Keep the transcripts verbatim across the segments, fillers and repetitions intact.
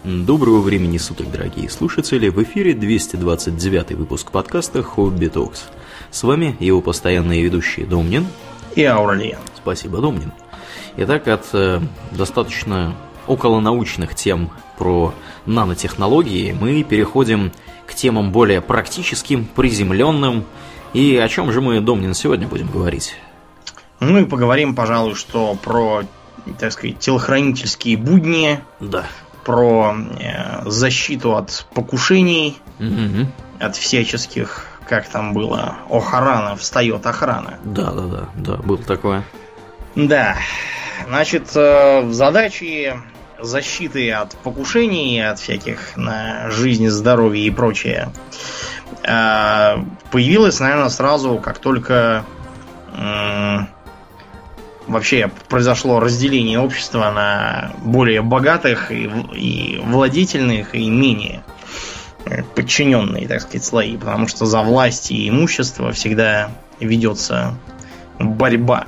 Доброго времени суток, дорогие слушатели! В эфире двести двадцать девятый выпуск подкаста Хобби Токс. С вами его постоянные ведущие Домнин и Ауралиен. Спасибо, Домнин. Итак, от э, достаточно околонаучных тем про нанотехнологии мы переходим к темам более практическим, приземленным. И о чем же мы, Домнин, сегодня будем говорить? Ну и поговорим, пожалуй, что про, так сказать, телохранительские будни. Да. Про э, защиту от покушений, угу. от всяческих, как там было, охрана, встает охрана. Да, да, да, да, было такое. Да, значит, э, задачи защиты от покушений, от всяких на жизнь, здоровье и прочее э, появилась, наверное, сразу, как только э, вообще произошло разделение общества на более богатых и, и владетельных, и менее подчиненные, так сказать, слои. Потому что за власть и имущество всегда ведется борьба.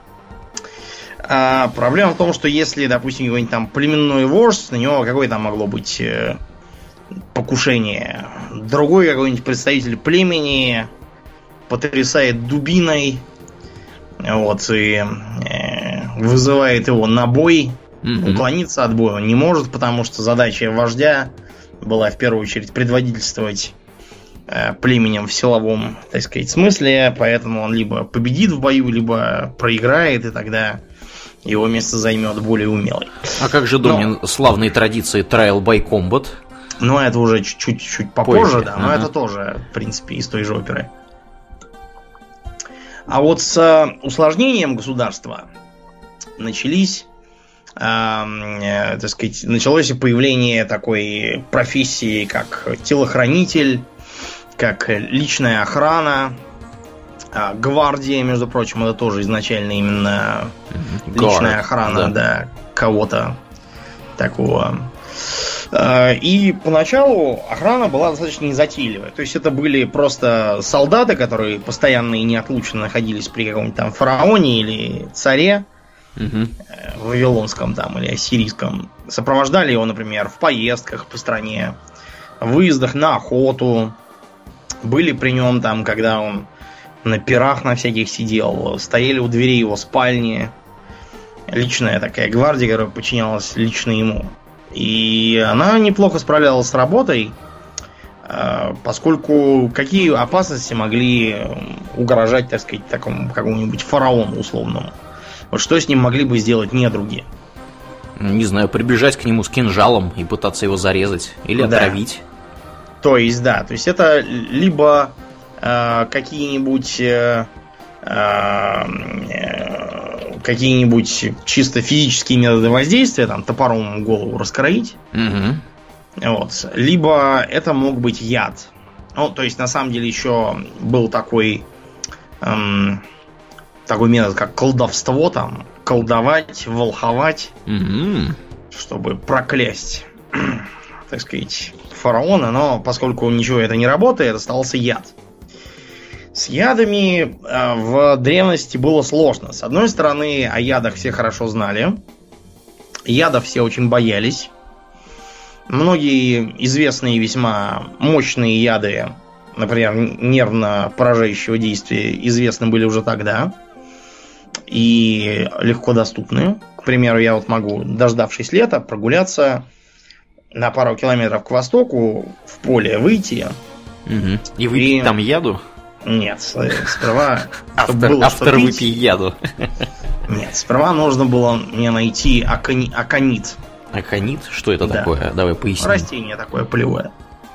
А проблема в том, что если, допустим, какой-нибудь там племенной вождь, на него какое там могло быть покушение. Другой какой-нибудь представитель племени потрясает дубиной, вот, и э, вызывает его на бой. Mm-hmm. Уклониться от боя он не может, потому что задача вождя была в первую очередь предводительствовать э, племенем в силовом, так сказать, смысле. Поэтому он либо победит в бою, либо проиграет, и тогда его место займет более умелый. А как же, Домнин, но... славные традиции Trial by Combat? Ну, это уже чуть-чуть попозже, Позже. да, но ага. это тоже, в принципе, из той же оперы. А вот с усложнением государства начались, э, э, так сказать, началось появление такой профессии, как телохранитель, как личная охрана, э, гвардия, между прочим, это тоже изначально именно Guard, личная охрана, да, да кого-то такого. И поначалу охрана была достаточно незатейливая. То есть это были просто солдаты, которые постоянно и неотлучно находились при каком-нибудь там фараоне или царе, угу. вавилонском там или ассирийском. Сопровождали его, например, в поездках по стране, в выездах на охоту. Были при нем там, когда он на пирах на всяких сидел, стояли у дверей его спальни. Личная такая гвардия, которая подчинялась лично ему. И она неплохо справлялась с работой, поскольку какие опасности могли угрожать, так сказать, такому какому-нибудь фараону условному. Вот что с ним могли бы сделать недруги? Не знаю, прибежать к нему с кинжалом и пытаться его зарезать или отравить. Да. То есть, да, то есть это либо э, какие-нибудь э, э, какие-нибудь чисто физические методы воздействия, там, топором голову раскроить. Угу. Вот. Либо это мог быть яд. Ну, то есть, на самом деле, еще был такой эм, такой метод, как колдовство, там, колдовать, волховать, угу. чтобы проклясть, так сказать, фараона, но поскольку ничего это не работает, остался яд. С ядами э, в древности было сложно. С одной стороны, о ядах все хорошо знали. Ядов все очень боялись. Многие известные весьма мощные яды, например, нервно-поражающего действия, известны были уже тогда. И легко доступны. К примеру, я вот могу, дождавшись лета, прогуляться на пару километров к востоку, в поле выйти. Угу. И выпить и... там яду? Нет, сперва... Автор, было, автор выпей яду. Нет, сперва нужно было мне найти акони, аконит. Аконит? Что это да. такое? Давай поясним. Растение такое полевое.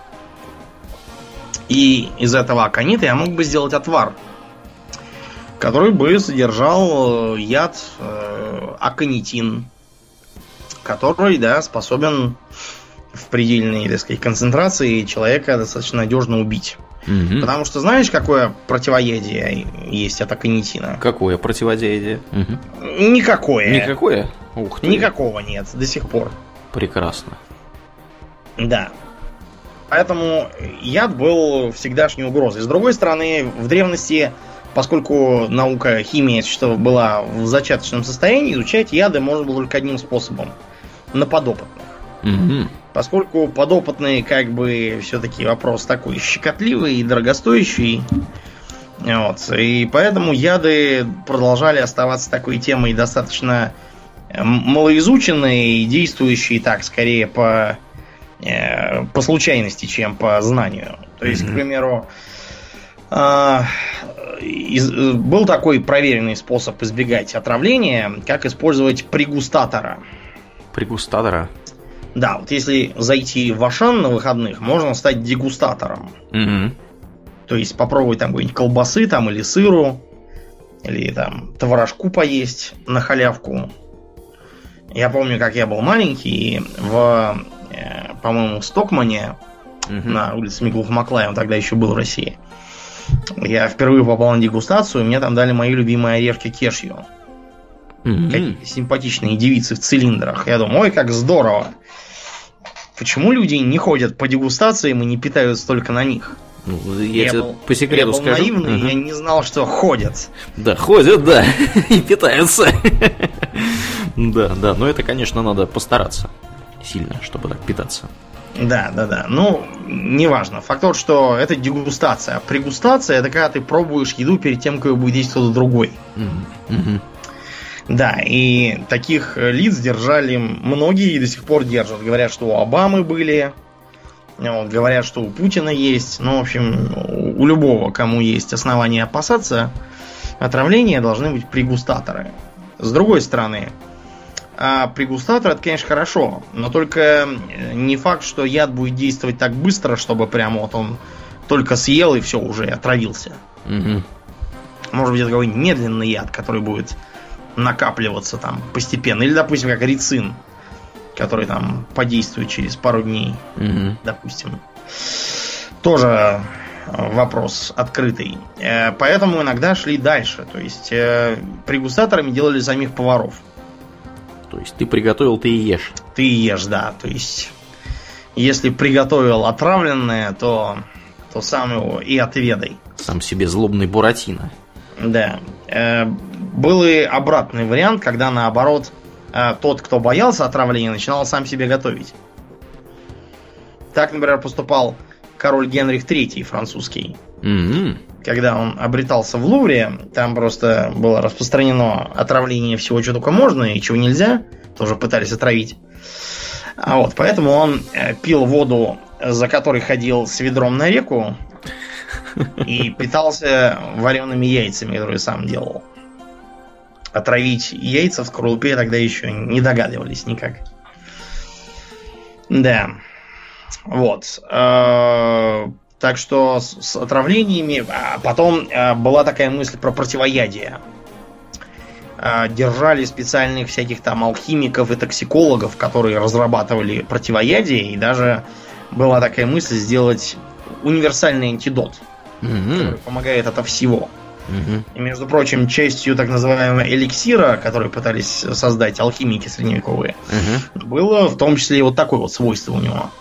И из этого аконита я мог бы сделать отвар, который бы содержал яд э, аконитин, который, да, способен в предельной, так сказать, концентрации человека достаточно надежно убить. Угу. Потому что знаешь, какое противоядие есть от аконитина? Какое противоядие? Угу. Никакое. Никакое? Ух ты. Никакого нет до сих пор. Прекрасно. Да. Поэтому яд был всегдашней угрозой. С другой стороны, в древности, поскольку наука, химия была в зачаточном состоянии, изучать яды можно было только одним способом. На подопытных. Угу. Поскольку подопытные, как бы, все-таки вопрос такой щекотливый и дорогостоящий. Вот, и поэтому яды продолжали оставаться такой темой достаточно малоизученной и действующей так, скорее, по, э, по случайности, чем по знанию. То есть, mm-hmm. к примеру, э, из, был такой проверенный способ избегать отравления, как использовать прегустатора. Прегустатора? Да, вот если зайти в Ашан на выходных, можно стать дегустатором. Mm-hmm. То есть попробовать там какой-нибудь колбасы там, или сыру, или там творожку поесть на халявку. Я помню, как я был маленький, в, э, по-моему, в Стокмане, uh-huh. на улице Миклуха-Маклая, он тогда еще был в России. Я впервые попал на дегустацию, и мне там дали мои любимые орешки кешью. Uh-huh. Какие-то симпатичные девицы в цилиндрах. Я думаю, ой, как здорово. Почему люди не ходят по дегустациям и не питаются только на них? Ну, я, я тебе был, по секрету я был скажу. наивный, угу. я не знал, что ходят. Да, ходят, да, и питаются. Да, да, но это, конечно, надо постараться сильно, чтобы так питаться. Да, да, да. Ну, неважно. Факт тот, что это дегустация. А прегустация — это когда ты пробуешь еду перед тем, как ее будет есть кто-то другой. Угу. Да, и таких лиц держали многие и до сих пор держат. Говорят, что у Обамы были... Вот, говорят, что у Путина есть. Ну, в общем, у любого, кому есть основания опасаться отравления, должны быть прегустаторы. С другой стороны, а прегустатор — это, конечно, хорошо, но только не факт, что яд будет действовать так быстро, чтобы прямо вот он только съел и все, уже отравился. Угу. Может быть, это какой-нибудь медленный яд, который будет накапливаться там постепенно. Или, допустим, как рицин, который там подействует через пару дней, mm-hmm. допустим. Тоже вопрос открытый. Поэтому иногда шли дальше. То есть прегустаторами делали самих поваров. То есть ты приготовил, ты и ешь. Ты и ешь, да. То есть если приготовил отравленное, то, то сам его и отведай. Сам себе злобный Буратино. Да. Был и обратный вариант, когда наоборот тот, кто боялся отравления, начинал сам себе готовить. Так, например, поступал король Генрих третий французский. Mm-hmm. Когда он обретался в Лувре, там просто было распространено отравление всего, что только можно и чего нельзя. Тоже пытались отравить. А вот, поэтому он пил воду, за которой ходил с ведром на реку, и питался вареными яйцами, которые сам делал. Отравить яйца в скорлупе тогда еще не догадывались никак. Да. Вот. Так что с отравлениями... А потом была такая мысль про противоядие. Держали специальных всяких там алхимиков и токсикологов, которые разрабатывали противоядие. И даже была такая мысль сделать универсальный антидот, mm-hmm. который помогает от всего. Угу. И, между прочим, частью так называемого эликсира, который пытались создать алхимики средневековые, угу. было в том числе и вот такое вот свойство у него.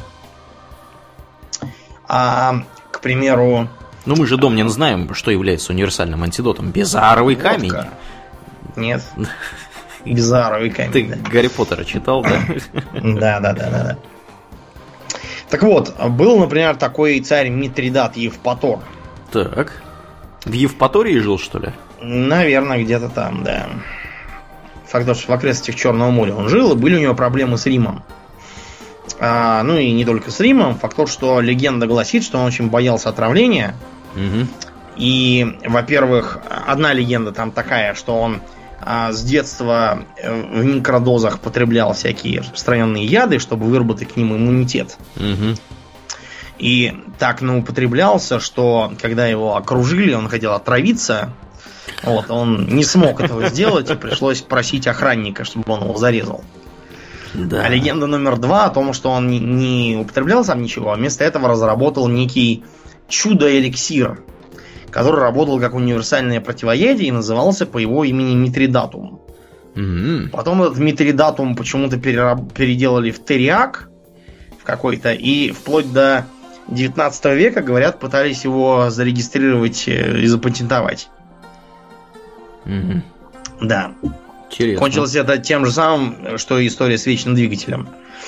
А, к примеру... Ну, мы же, Домнин, знаем, что является универсальным антидотом. Безаровый камень. Нет. Безаровый камень. Ты да. Гарри Поттера читал, да? Да, да, да, да. Так вот, был, например, такой царь Митридат Евпатор. Так... В Евпатории жил, что ли? Наверное, где-то там, да. Факт тот, что в окрестностях Черного моря он жил, и были у него проблемы с Римом. А, ну и не только с Римом. Факт тот, что легенда гласит, что он очень боялся отравления. Угу. И, во-первых, одна легенда там такая, что он а, с детства в микродозах потреблял всякие распространенные яды, чтобы выработать к ним иммунитет. Угу. И так наупотреблялся, что когда его окружили, он хотел отравиться. Вот, он не смог этого сделать, и пришлось просить охранника, чтобы он его зарезал. Да. А легенда номер два о том, что он не, не употреблял сам ничего, а вместо этого разработал некий чудо-эликсир, который работал как универсальное противоядие и назывался по его имени Митридатум. Mm-hmm. Потом этот Митридатум почему-то перераб- переделали в Териак в какой-то, и вплоть до девятнадцатого века, говорят, пытались его зарегистрировать и запатентовать. Mm-hmm. Да. Интересно. Кончилось это тем же самым, что и история с вечным двигателем. В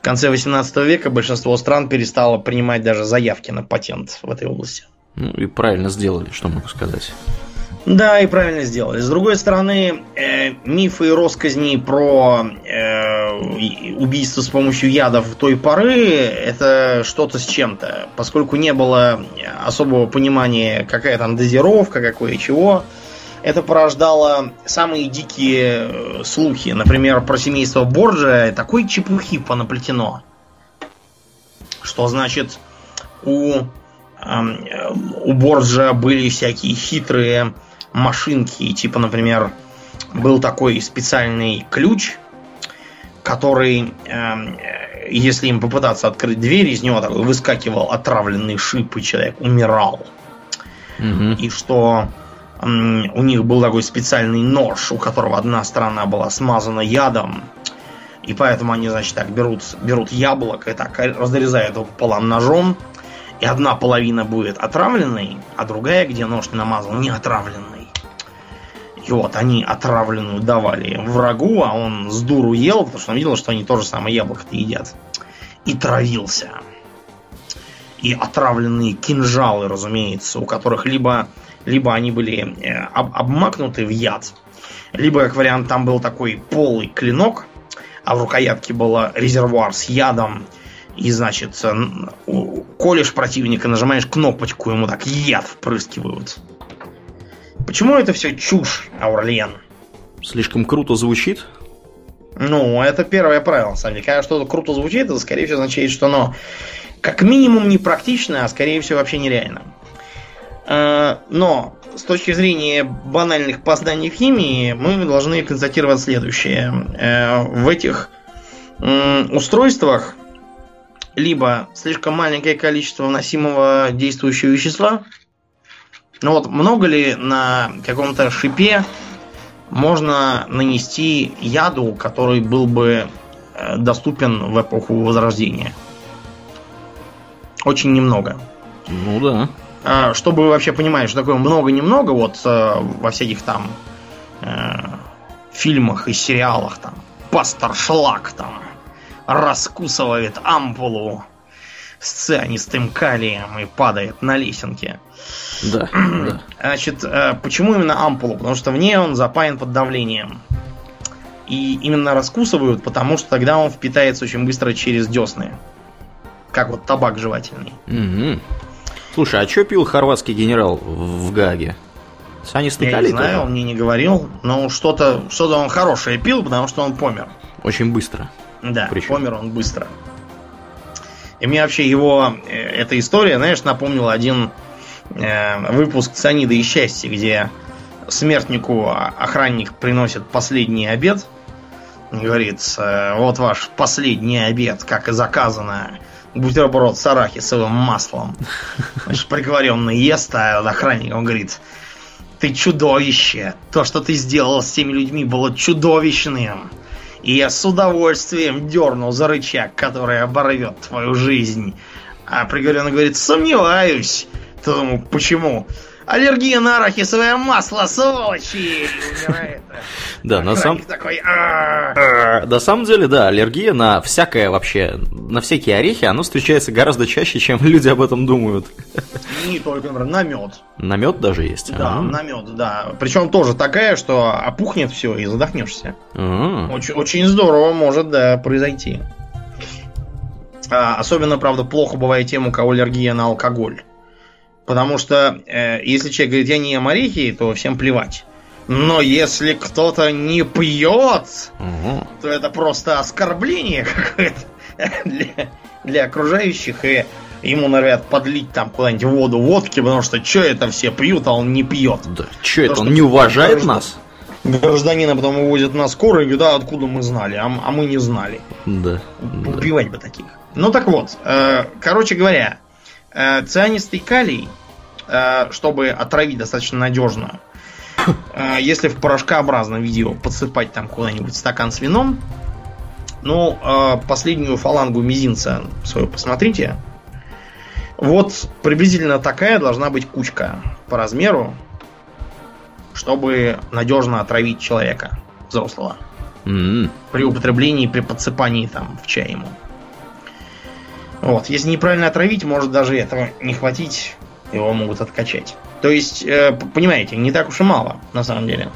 конце восемнадцатого века большинство стран перестало принимать даже заявки на патент в этой области. Ну и правильно сделали, что могу сказать. Да, и правильно сделали. С другой стороны, э, мифы и россказни про э, убийство с помощью ядов той поры — это что-то с чем-то. Поскольку не было особого понимания, какая там дозировка, какое и чего, это порождало самые дикие слухи. Например, про семейство Борджиа такой чепухи понаплетено, что, значит, у, э, у Борджиа были всякие хитрые машинки, типа, например, был такой специальный ключ, который, э, если им попытаться открыть дверь, из него такой выскакивал отравленный шип, и человек умирал. Mm-hmm. И что э, у них был такой специальный нож, у которого одна сторона была смазана ядом, и поэтому они, значит, так берут, берут яблоко и так разрезают его пополам ножом, и одна половина будет отравленной, а другая, где нож не намазал, не отравленной. И вот они отравленную давали врагу, а он с дуру ел, потому что он видел, что они то же самое яблоко-то едят. И травился. И отравленные кинжалы, разумеется, у которых либо, либо они были э, об, обмакнуты в яд, либо, как вариант, там был такой полый клинок, а в рукоятке был резервуар с ядом. И, значит, колешь противника, нажимаешь кнопочку, ему так яд впрыскивают. Почему это все чушь, Аурлиен? Слишком круто звучит? Ну, это первое правило, на самом деле. Когда что-то круто звучит, это, скорее всего, означает, что оно как минимум непрактично, а скорее всего вообще нереально. Но с точки зрения банальных познаний в химии, мы должны констатировать следующее. В этих устройствах либо слишком маленькое количество вносимого действующего вещества. Ну вот, много ли на каком-то шипе можно нанести яду, который был бы доступен в эпоху Возрождения? Очень немного. Ну да. Чтобы вы вообще понимали, что такое много-немного, вот во всяких там э, фильмах и сериалах, там, пастор Шлак там раскусывает ампулу с цианистым калием и падает на лесенке. Да, да. Значит, почему именно ампулу? Потому что в ней он запаян под давлением. И именно раскусывают, потому что тогда он впитается очень быстро через десны. Как вот табак жевательный. Угу. Слушай, а что пил хорватский генерал в Гааге? Цианистый калий? Я не знаю, тоже? Он мне не говорил. Но что-то, что-то он хорошее пил, потому что он помер. Очень быстро. Да, причем. Помер он быстро. И мне вообще его, эта история, знаешь, напомнила один э, выпуск «Цианида и счастья», где смертнику охранник приносит последний обед. Говорит, вот ваш последний обед, как и заказано, бутерброд с арахисовым маслом. Значит, приговоренный ест, а охранник, он говорит: ты чудовище, то, что ты сделал с теми людьми, было чудовищным. И я с удовольствием дернул за рычаг, который оборвет твою жизнь. А приговоренный говорит: сомневаюсь. Ты думал, почему? Аллергия на арахисовое масло, сволочи! И умирает. Да, на самом... такой... На самом деле, да, аллергия на всякое вообще, на всякие орехи, она встречается гораздо чаще, чем люди об этом думают. Не только, например, на мед. На мед даже есть? Да, на мед, да. Причем тоже такая, что опухнет все и задохнешься. Очень, очень здорово может, да, произойти. А, особенно, правда, плохо бывает тем, у кого аллергия на алкоголь. Потому что, э, если человек говорит, я не ем орехи, то всем плевать. Но если кто-то не пьет, угу. то это просто оскорбление какое-то для, для окружающих. И ему норовят подлить там куда-нибудь воду водки, потому что что это все пьют, а он не пьет. Да, что это, он не уважает граждан... нас? Гражданина потом увозят на скорую и говорят, да, откуда мы знали, а, а мы не знали. Да. Убивать да. бы таких. Ну так вот, э, короче говоря, цианистый калий, чтобы отравить достаточно надежно, если в порошкообразном виде его подсыпать там куда-нибудь в стакан с вином, ну, последнюю фалангу мизинца свою посмотрите. Вот приблизительно такая должна быть кучка по размеру, чтобы надежно отравить человека взрослого. Mm-hmm. При употреблении, при подсыпании там в чай ему. Вот. Если неправильно отравить, может даже этого не хватить, его могут откачать. То есть, э, понимаете, не так уж и мало, на самом деле.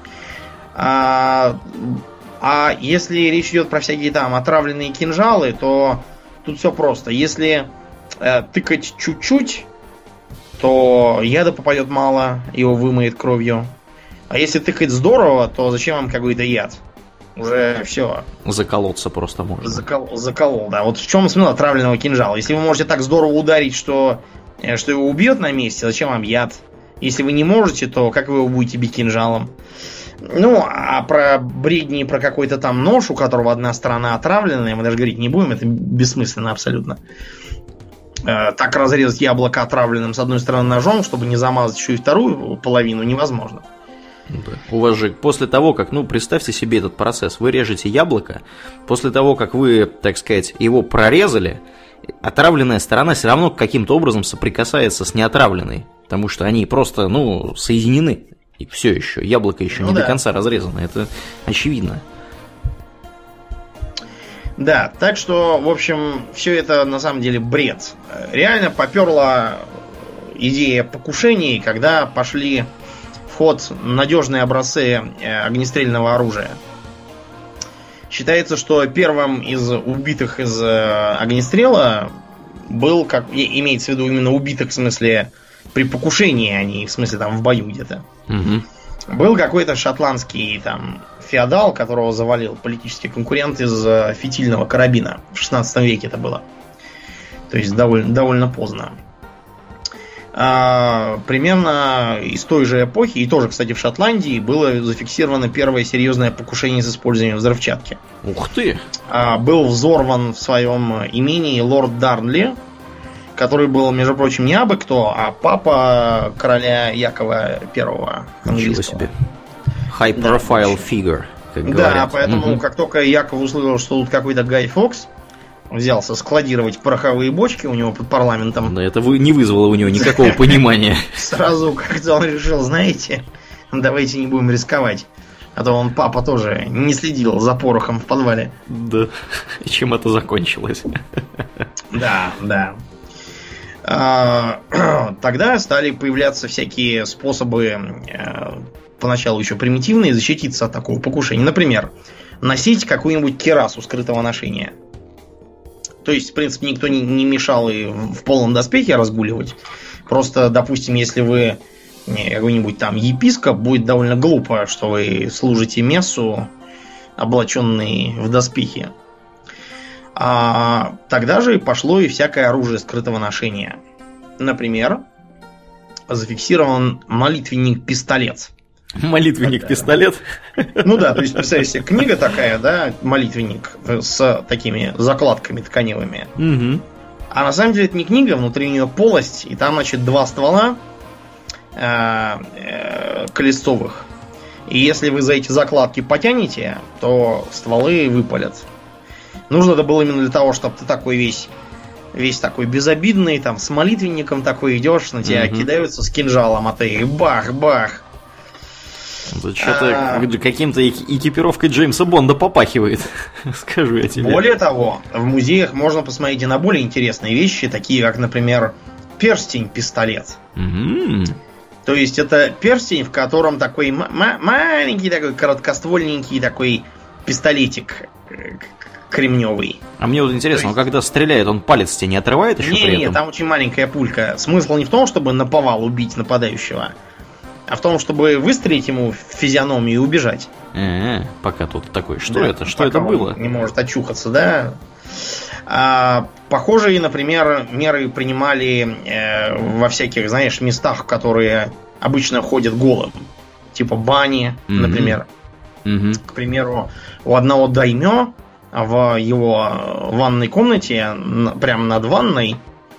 А, а если речь идет про всякие там отравленные кинжалы, то тут все просто. Если э, тыкать чуть-чуть, то яда попадет мало, его вымоет кровью. А если тыкать здорово, то зачем вам какой-то яд? Уже все. Заколоться просто можно. Закол, заколол, да. Вот в чем смысл отравленного кинжала? Если вы можете так здорово ударить, что, что его убьет на месте, зачем вам яд? Если вы не можете, то как вы его будете бить кинжалом? Ну, а про бредни, про какой-то там нож, у которого одна сторона отравленная, мы даже говорить не будем, это бессмысленно абсолютно. Э, так разрезать яблоко отравленным с одной стороны ножом, чтобы не замазать еще и вторую половину, невозможно. Да. У вас же после того, как, ну, представьте себе этот процесс, вы режете яблоко, после того, как вы, так сказать, его прорезали, отравленная сторона все равно каким-то образом соприкасается с неотравленной, потому что они просто, ну, соединены, и все еще, яблоко еще ну, не да. до конца разрезано, это очевидно. Да, так что, в общем, все это на самом деле бред. Реально поперла идея покушений, когда пошли ход надежные образцы огнестрельного оружия. Считается, что первым из убитых из огнестрела был, как имеется в виду именно убитых в смысле при покушении, а не в смысле там в бою где-то. Угу. Был какой-то шотландский там феодал, которого завалил политический конкурент из фитильного карабина. В шестнадцатом веке это было. То есть довольно, довольно поздно. А, примерно из той же эпохи, и тоже, кстати, в Шотландии, было зафиксировано первое серьезное покушение с использованием взрывчатки. Ух ты! А, был взорван в своем имении лорд Дарнли, который был, между прочим, не абы кто, а папа короля Якова Первого английского. Ничего себе. High profile да, figure, как да, говорят. Да, поэтому, угу. как только Яков услышал, что тут какой-то Гай Фокс взялся складировать пороховые бочки у него под парламентом. Да, это не вызвало у него никакого понимания. Сразу как-то он решил, знаете, давайте не будем рисковать. А то он, папа, тоже не следил за порохом в подвале. Да, и чем это закончилось? Да, да. Тогда стали появляться всякие способы, поначалу еще примитивные, защититься от такого покушения. Например, носить какую-нибудь кирасу скрытого ношения. То есть, в принципе, никто не, не мешал и в полном доспехе разгуливать. Просто, допустим, если вы какой-нибудь там епископ, будет довольно глупо, что вы служите мессу, облаченный в доспехи. А тогда же пошло и всякое оружие скрытого ношения. Например, зафиксирован молитвенник-пистолет. Молитвенник-пистолет? Ну да, то есть, представьте себе, книга такая, да, молитвенник с такими закладками тканевыми. Угу. А на самом деле это не книга, внутри нее полость, и там, значит, два ствола э, э, колесцовых. И если вы за эти закладки потянете, то стволы выпалят. Нужно это было именно для того, чтобы ты такой весь, весь такой безобидный, там, с молитвенником такой идешь, на тебя угу. кидаются с кинжалом, а ты бах-бах. Это что-то а... каким-то экипировкой Джеймса Бонда попахивает, скажу я тебе. Более того, в музеях можно посмотреть и на более интересные вещи, такие как, например, перстень-пистолет. Mm-hmm. То есть это перстень, в котором такой м- маленький, такой короткоствольненький такой пистолетик кремневый. А мне вот интересно, есть... он когда стреляет, он палец тебе не отрывает еще не, при этом? Нет, там очень маленькая пулька. Смысл не в том, чтобы наповал убить нападающего, а в том, чтобы выстрелить ему в физиономию и убежать. Э-э, пока тут такой. Что да, это? Что это было? Не может очухаться, да? А, похожие, например, меры принимали э, во всяких, знаешь, местах, в которые обычно ходят голым. Типа бани, mm-hmm. например. Mm-hmm. К примеру, у одного даймё в его ванной комнате, прямо над ванной,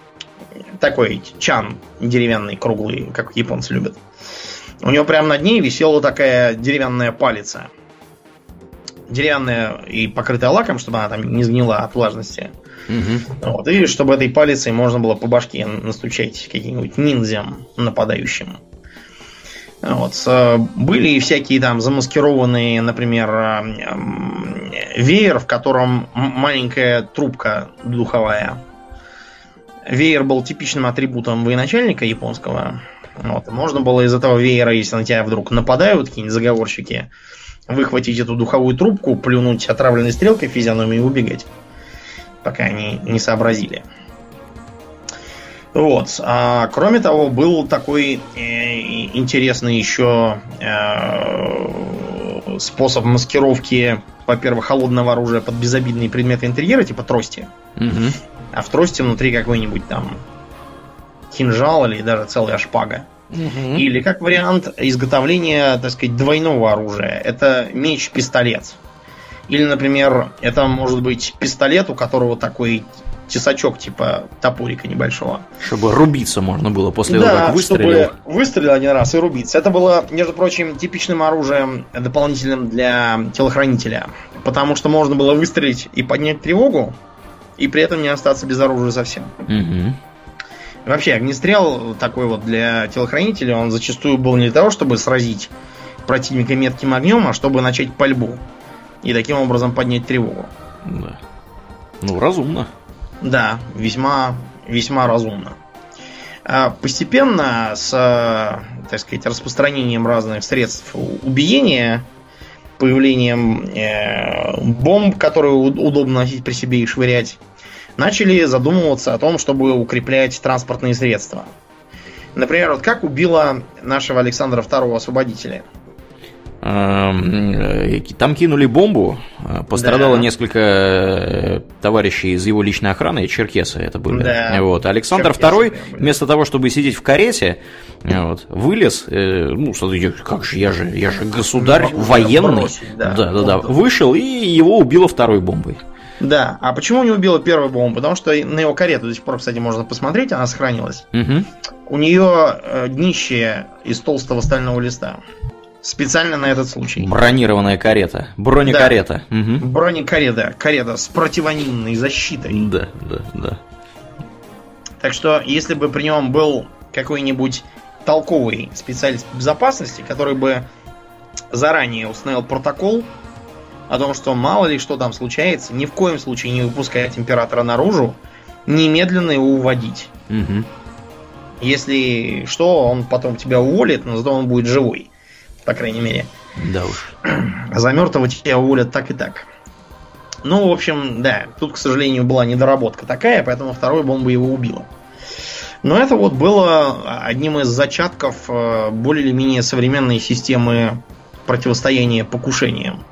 такой чан деревянный, круглый, как японцы любят. У него прямо над ней висела такая деревянная палица. Деревянная и покрытая лаком, чтобы она там не сгнила от влажности. Угу. Вот, и чтобы этой палицей можно было по башке настучать каким-нибудь ниндзям нападающим. Вот. Были и всякие там замаскированные, например, веер, в котором маленькая трубка духовая. Веер был типичным атрибутом военачальника японского. Вот. Можно было из этого веера, если на тебя вдруг нападают какие-нибудь заговорщики, выхватить эту духовую трубку, плюнуть отравленной стрелкой в физиономию и убегать, пока они не сообразили. Вот. А, кроме того, был такой э, интересный еще э, способ маскировки, во-первых, холодного оружия под безобидные предметы интерьера, типа трости. Угу. А в трости внутри какой-нибудь там кинжал или даже целая шпага. Угу. Или, как вариант, изготовления, так сказать, двойного оружия. Это меч-пистолет. Или, например, это может быть пистолет, у которого такой тесачок типа топорика небольшого. Чтобы рубиться можно было после да, того, как выстрелил. Чтобы выстрелил один раз и рубиться. Это было, между прочим, типичным оружием дополнительным для телохранителя. Потому что можно было выстрелить и поднять тревогу, и при этом не остаться без оружия совсем. Угу. Вообще, огнестрел такой вот для телохранителя, он зачастую был не для того, чтобы сразить противника метким огнем, а чтобы начать пальбу. И таким образом поднять тревогу. Да. Ну, разумно. Да, весьма, весьма разумно. Постепенно с, так сказать, распространением разных средств убиения, появлением э, бомб, которые удобно носить при себе и швырять, начали задумываться о том, чтобы укреплять транспортные средства. Например, вот как убила нашего Александра второго Освободителя? Там кинули бомбу, пострадало да. несколько товарищей из его личной охраны, черкесы это были. Да. Вот. Александр второй, вместо того, чтобы сидеть в карете, вот, вылез, ну, как же, я же, я же государь ну, военный, бросить, да. Да, да, да, вышел и его убило второй бомбой. Да, а почему не убила первую бомбу? Потому что на его карету до сих пор, кстати, можно посмотреть, она сохранилась. Угу. У нее днище из толстого стального листа. Специально на этот случай. Бронированная карета. Бронекарета. Да. Угу. Бронекарета. Карета с противоминной защитой. Да, да, да. Так что, если бы при нем был какой-нибудь толковый специалист по безопасности, который бы заранее установил протокол о том, что мало ли что там случается, ни в коем случае не выпускать императора наружу, немедленно его уводить. Угу. Если что, он потом тебя уволит, но зато он будет живой. По крайней мере. Да уж. За мертвого тебя уволят так и так. Ну, в общем, да. Тут, к сожалению, была недоработка такая, поэтому второй бомба его убила. Но это вот было одним из зачатков более или менее современной системы противостояния покушениям.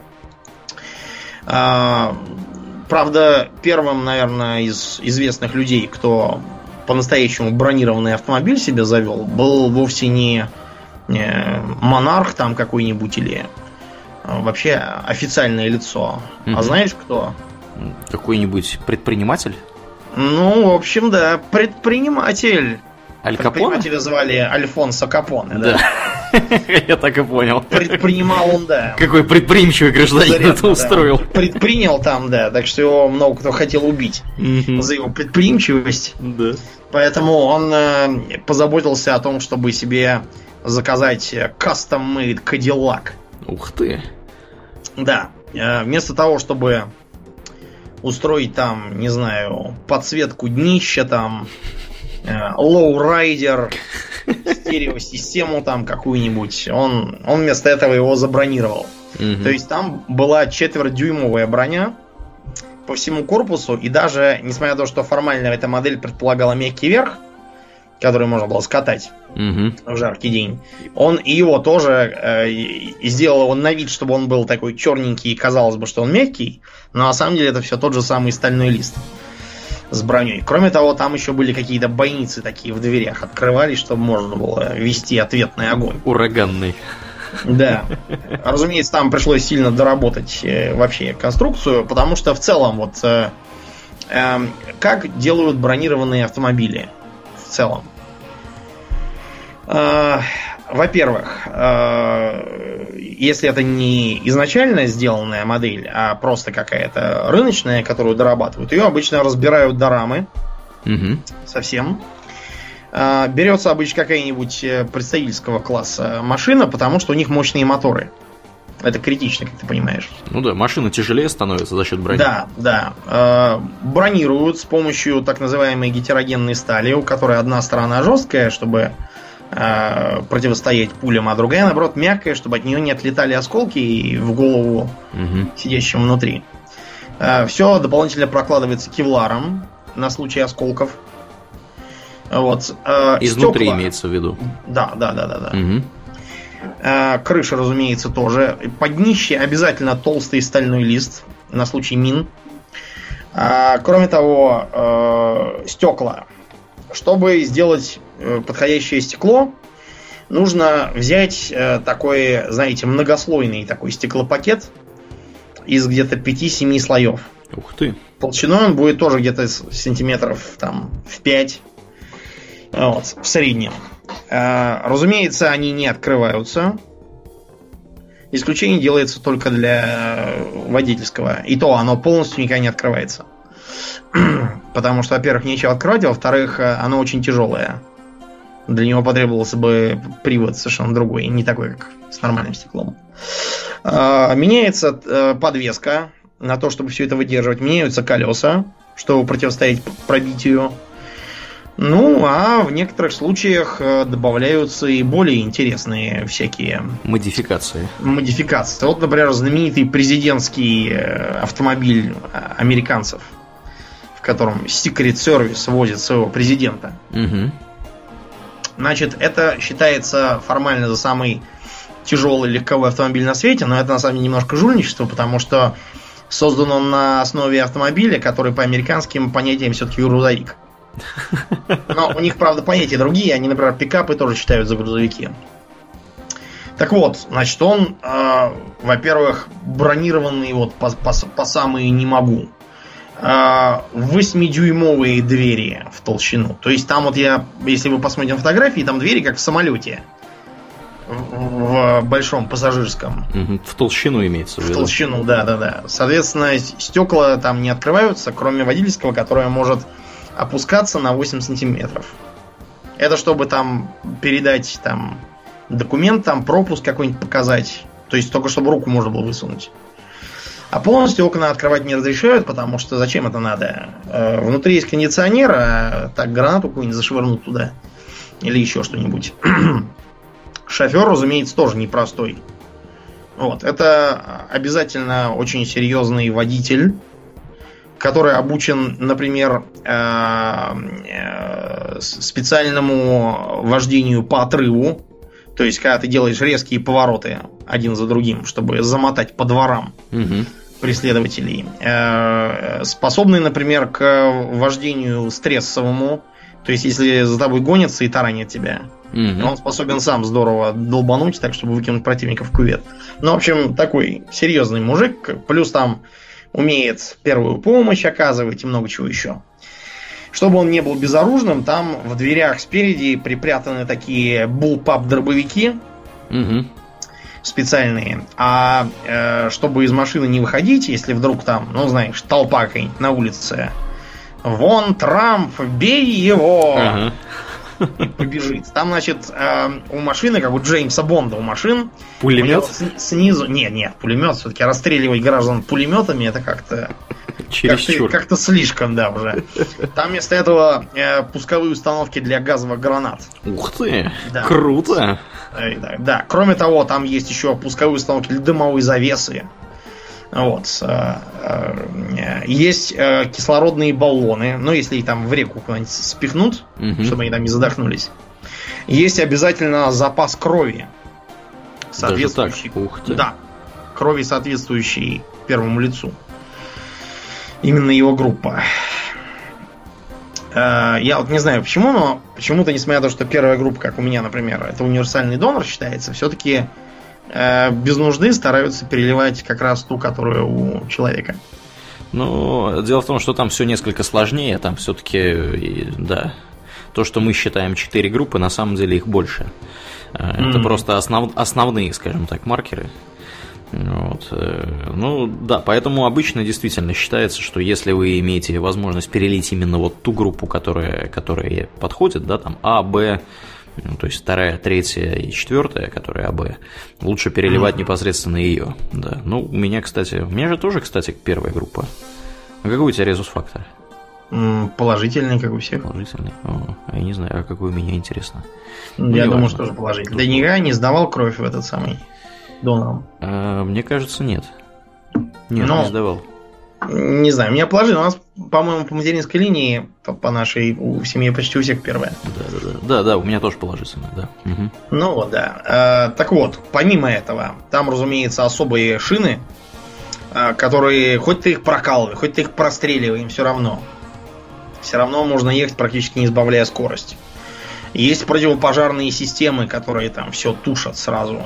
Правда, первым, наверное, из известных людей, кто по-настоящему бронированный автомобиль себе завел, был вовсе не монарх там какой-нибудь или вообще официальное лицо. Угу. А знаешь кто? Какой-нибудь предприниматель? Ну, в общем, да, предприниматель. Аль Капоне? Предпринимателя звали Альфонсо Капоне, да. Я так и понял. Предпринимал он, да. Какой предприимчивый гражданин это устроил. Предпринял там, да, так что его много кто хотел убить за его предприимчивость. Да. Поэтому он позаботился о том, чтобы себе заказать custom-made Cadillac. Ух ты. Да. Вместо того, чтобы устроить там, не знаю, подсветку днища, там, лоурайдер, стереосистему там какую-нибудь, он, он вместо этого его забронировал. Угу. То есть там была четвертьдюймовая броня по всему корпусу, и даже, несмотря на то, что формально эта модель предполагала мягкий верх, который можно было скатать угу. в жаркий день, он и его тоже э, сделал его на вид, чтобы он был такой черненький, и казалось бы, что он мягкий, но на самом деле это все тот же самый стальной лист с броней. Кроме того, там еще были какие-то бойницы такие в дверях, открывались, чтобы можно было вести ответный огонь. Ураганный. Да. Разумеется, там пришлось сильно доработать э, вообще конструкцию, потому что в целом вот э, э, как делают бронированные автомобили в целом. Во-первых, если это не изначально сделанная модель, а просто какая-то рыночная, которую дорабатывают, ее обычно разбирают до рамы. Угу. Совсем. Берется обычно какая-нибудь представительского класса машина, потому что у них мощные моторы. Это критично, как ты понимаешь. Ну да, машина тяжелее становится за счет брони. Да, да. Э, бронируют с помощью так называемой гетерогенной стали, у которой одна сторона жесткая, чтобы э, противостоять пулям, а другая, наоборот, мягкая, чтобы от нее не отлетали осколки и в голову угу. сидящему внутри. Э, все дополнительно прокладывается кевларом на случай осколков. Вот. Э, Изнутри стекла... имеется в виду. Да, да, да, да, да. Угу. Крыша, разумеется, тоже. Под днище обязательно толстый стальной лист на случай мин. Кроме того, стекла. Чтобы сделать подходящее стекло, нужно взять такой, знаете, многослойный такой стеклопакет из где-то пяти-семи слоев. Ух ты. Толщиной он будет тоже где-то сантиметров там, в пять. Вот, в среднем. Разумеется, они не открываются. Исключение делается только для водительского. И то оно полностью никогда не открывается. Потому что, во-первых, нечего открывать, а во-вторых, оно очень тяжелое. Для него потребовался бы привод совершенно другой, не такой, как с нормальным стеклом. Меняется подвеска на то, чтобы все это выдерживать. Меняются колеса, чтобы противостоять пробитию. Ну, а в некоторых случаях добавляются и более интересные всякие модификации. Модификации. Вот, например, знаменитый президентский автомобиль американцев, в котором Secret Service возит своего президента. Угу. Значит, это считается формально за самый тяжелый легковой автомобиль на свете, но это на самом деле немножко жульничество, потому что создан он на основе автомобиля, который по американским понятиям все-таки грузовик. Но у них, правда, понятия другие. Они, например, пикапы тоже считают за грузовики. Так вот, значит, он, э, во-первых, бронированный вот по, по, по самые не могу. Э, восьмидюймовые двери в толщину. То есть там вот я, если вы посмотрите на фотографии, там двери как в самолете. В, в большом пассажирском. В толщину имеется в виду. В толщину, да, да, да. Соответственно, стекла там не открываются, кроме водительского, которое может опускаться на восемь сантиметров. Это чтобы там передать там документ, там пропуск какой-нибудь показать. То есть только чтобы руку можно было высунуть. А полностью окна открывать не разрешают, потому что зачем это надо? Э, внутри есть кондиционер, а так гранату какую-нибудь зашвырнуть туда. Или еще что-нибудь. Шофер, разумеется, тоже непростой. Вот. Это обязательно очень серьезный водитель, который обучен, например, специальному вождению по отрыву. То есть, когда ты делаешь резкие повороты один за другим, чтобы замотать по дворам угу. преследователей. Способный, например, к вождению стрессовому. То есть, если за тобой гонятся и таранят тебя, угу. он способен сам здорово долбануть, так, чтобы выкинуть противника в кювет. Ну, в общем, такой серьезный мужик. Плюс там умеет первую помощь оказывать и много чего еще. Чтобы он не был безоружным, там в дверях спереди припрятаны такие буллпап-дробовики угу. специальные. А э, чтобы из машины не выходить, если вдруг там, ну знаешь, толпа какая-нибудь на улице, вон Трамп, бей его! Ага. И побежит. Там, значит, э, у машины, как у Джеймса Бонда, у машин пулемет? У снизу... Нет, нет, пулемет. Все-таки расстреливать граждан пулеметами, это как-то... Как-то, как-то слишком, да, уже. Там вместо этого э, пусковые установки для газовых гранат. Ух ты! Да. Круто! Э, да, да. Кроме того, там есть еще пусковые установки для дымовой завесы. Вот. Есть кислородные баллоны. Ну, если их там в реку куда-нибудь спихнут, угу. чтобы они там не задохнулись. Есть обязательно запас крови. Соответствующий. Ух ты. Да. Крови, соответствующей первому лицу. Именно его группа. Я вот не знаю почему, но почему-то, несмотря на то, что первая группа, как у меня, например, это универсальный донор считается, все-таки без нужды стараются переливать как раз ту, которую у человека. Ну, дело в том, что там все несколько сложнее. Там все-таки, да, то, что мы считаем четыре группы, на самом деле их больше. Это mm-hmm. просто основ, основные, скажем так, маркеры. Вот. Ну, да, поэтому обычно действительно считается, что если вы имеете возможность перелить именно вот ту группу, которая, которая подходит, да, там А, Б, Ну, то есть вторая, третья и четвертая, которая АБ, лучше переливать mm-hmm. непосредственно ее. Да. Ну, у меня, кстати, у меня же тоже, кстати, первая группа. А какой у тебя резус-фактор? Положительный, как у всех. Положительный. О, я не знаю, а какой у меня, интересно. Ну, я думаю, что тоже положительный. Ты никогда не сдавал кровь в этот самый донор? А, мне кажется, нет. Нет, Но... не сдавал. Не знаю, у меня положительно. У нас, по-моему, по материнской линии, по, по нашей в семье почти у всех первая. Да, да, да. Да, да, у меня тоже положительно, да. Угу. Ну вот, да. А, так вот, помимо этого, там, разумеется, особые шины, а, которые, хоть ты их прокалывай, хоть ты их простреливай, им все равно. Все равно можно ехать, практически не избавляя скорость. Есть противопожарные системы, которые там все тушат сразу.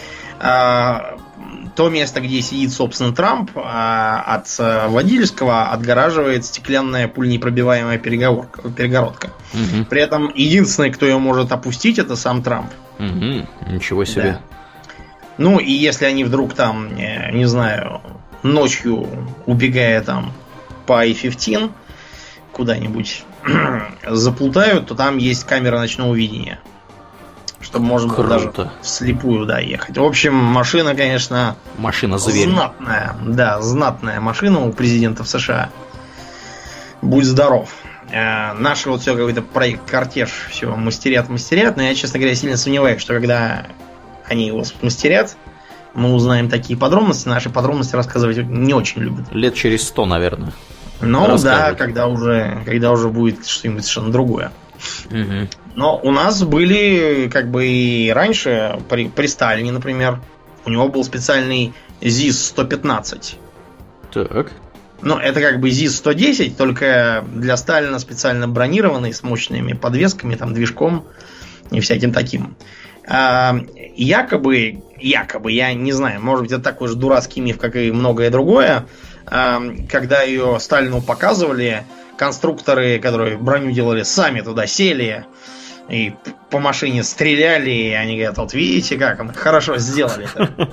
А, то место, где сидит, собственно, Трамп, от водительского отгораживает стеклянная пуленепробиваемая перегородка. Угу. При этом единственный, кто ее может опустить, это сам Трамп. Угу. Ничего себе. Да. Ну, и если они вдруг там, не знаю, ночью, убегая там по ай пятнадцать куда-нибудь заплутают, то там есть камера ночного видения. Чтобы можно было даже вслепую, да, ехать. В общем, машина, конечно... Машина-зверь. Знатная, да, знатная машина у президента в США. Будь здоров. Э, наши вот все какой-то проект «Кортеж» все мастерят-мастерят, но я, честно говоря, сильно сомневаюсь, что когда они его мастерят, мы узнаем такие подробности. Наши подробности рассказывать не очень любят. Лет через сто, наверное. Ну да, когда уже, когда уже будет что-нибудь совершенно другое. Угу. Но у нас были, как бы и раньше, при, при Сталине, например, у него был специальный ЗИС сто пятнадцать. Так. Ну, это как бы ЗИС сто десять, только для Сталина специально бронированный, с мощными подвесками, там, движком и всяким таким. А, якобы, якобы, я не знаю, может быть, это такой же дурацкий миф, как и многое другое, а, когда ее Сталину показывали, конструкторы, которые броню делали, сами туда сели и по машине стреляли, и они говорят, вот видите, как он хорошо сделали.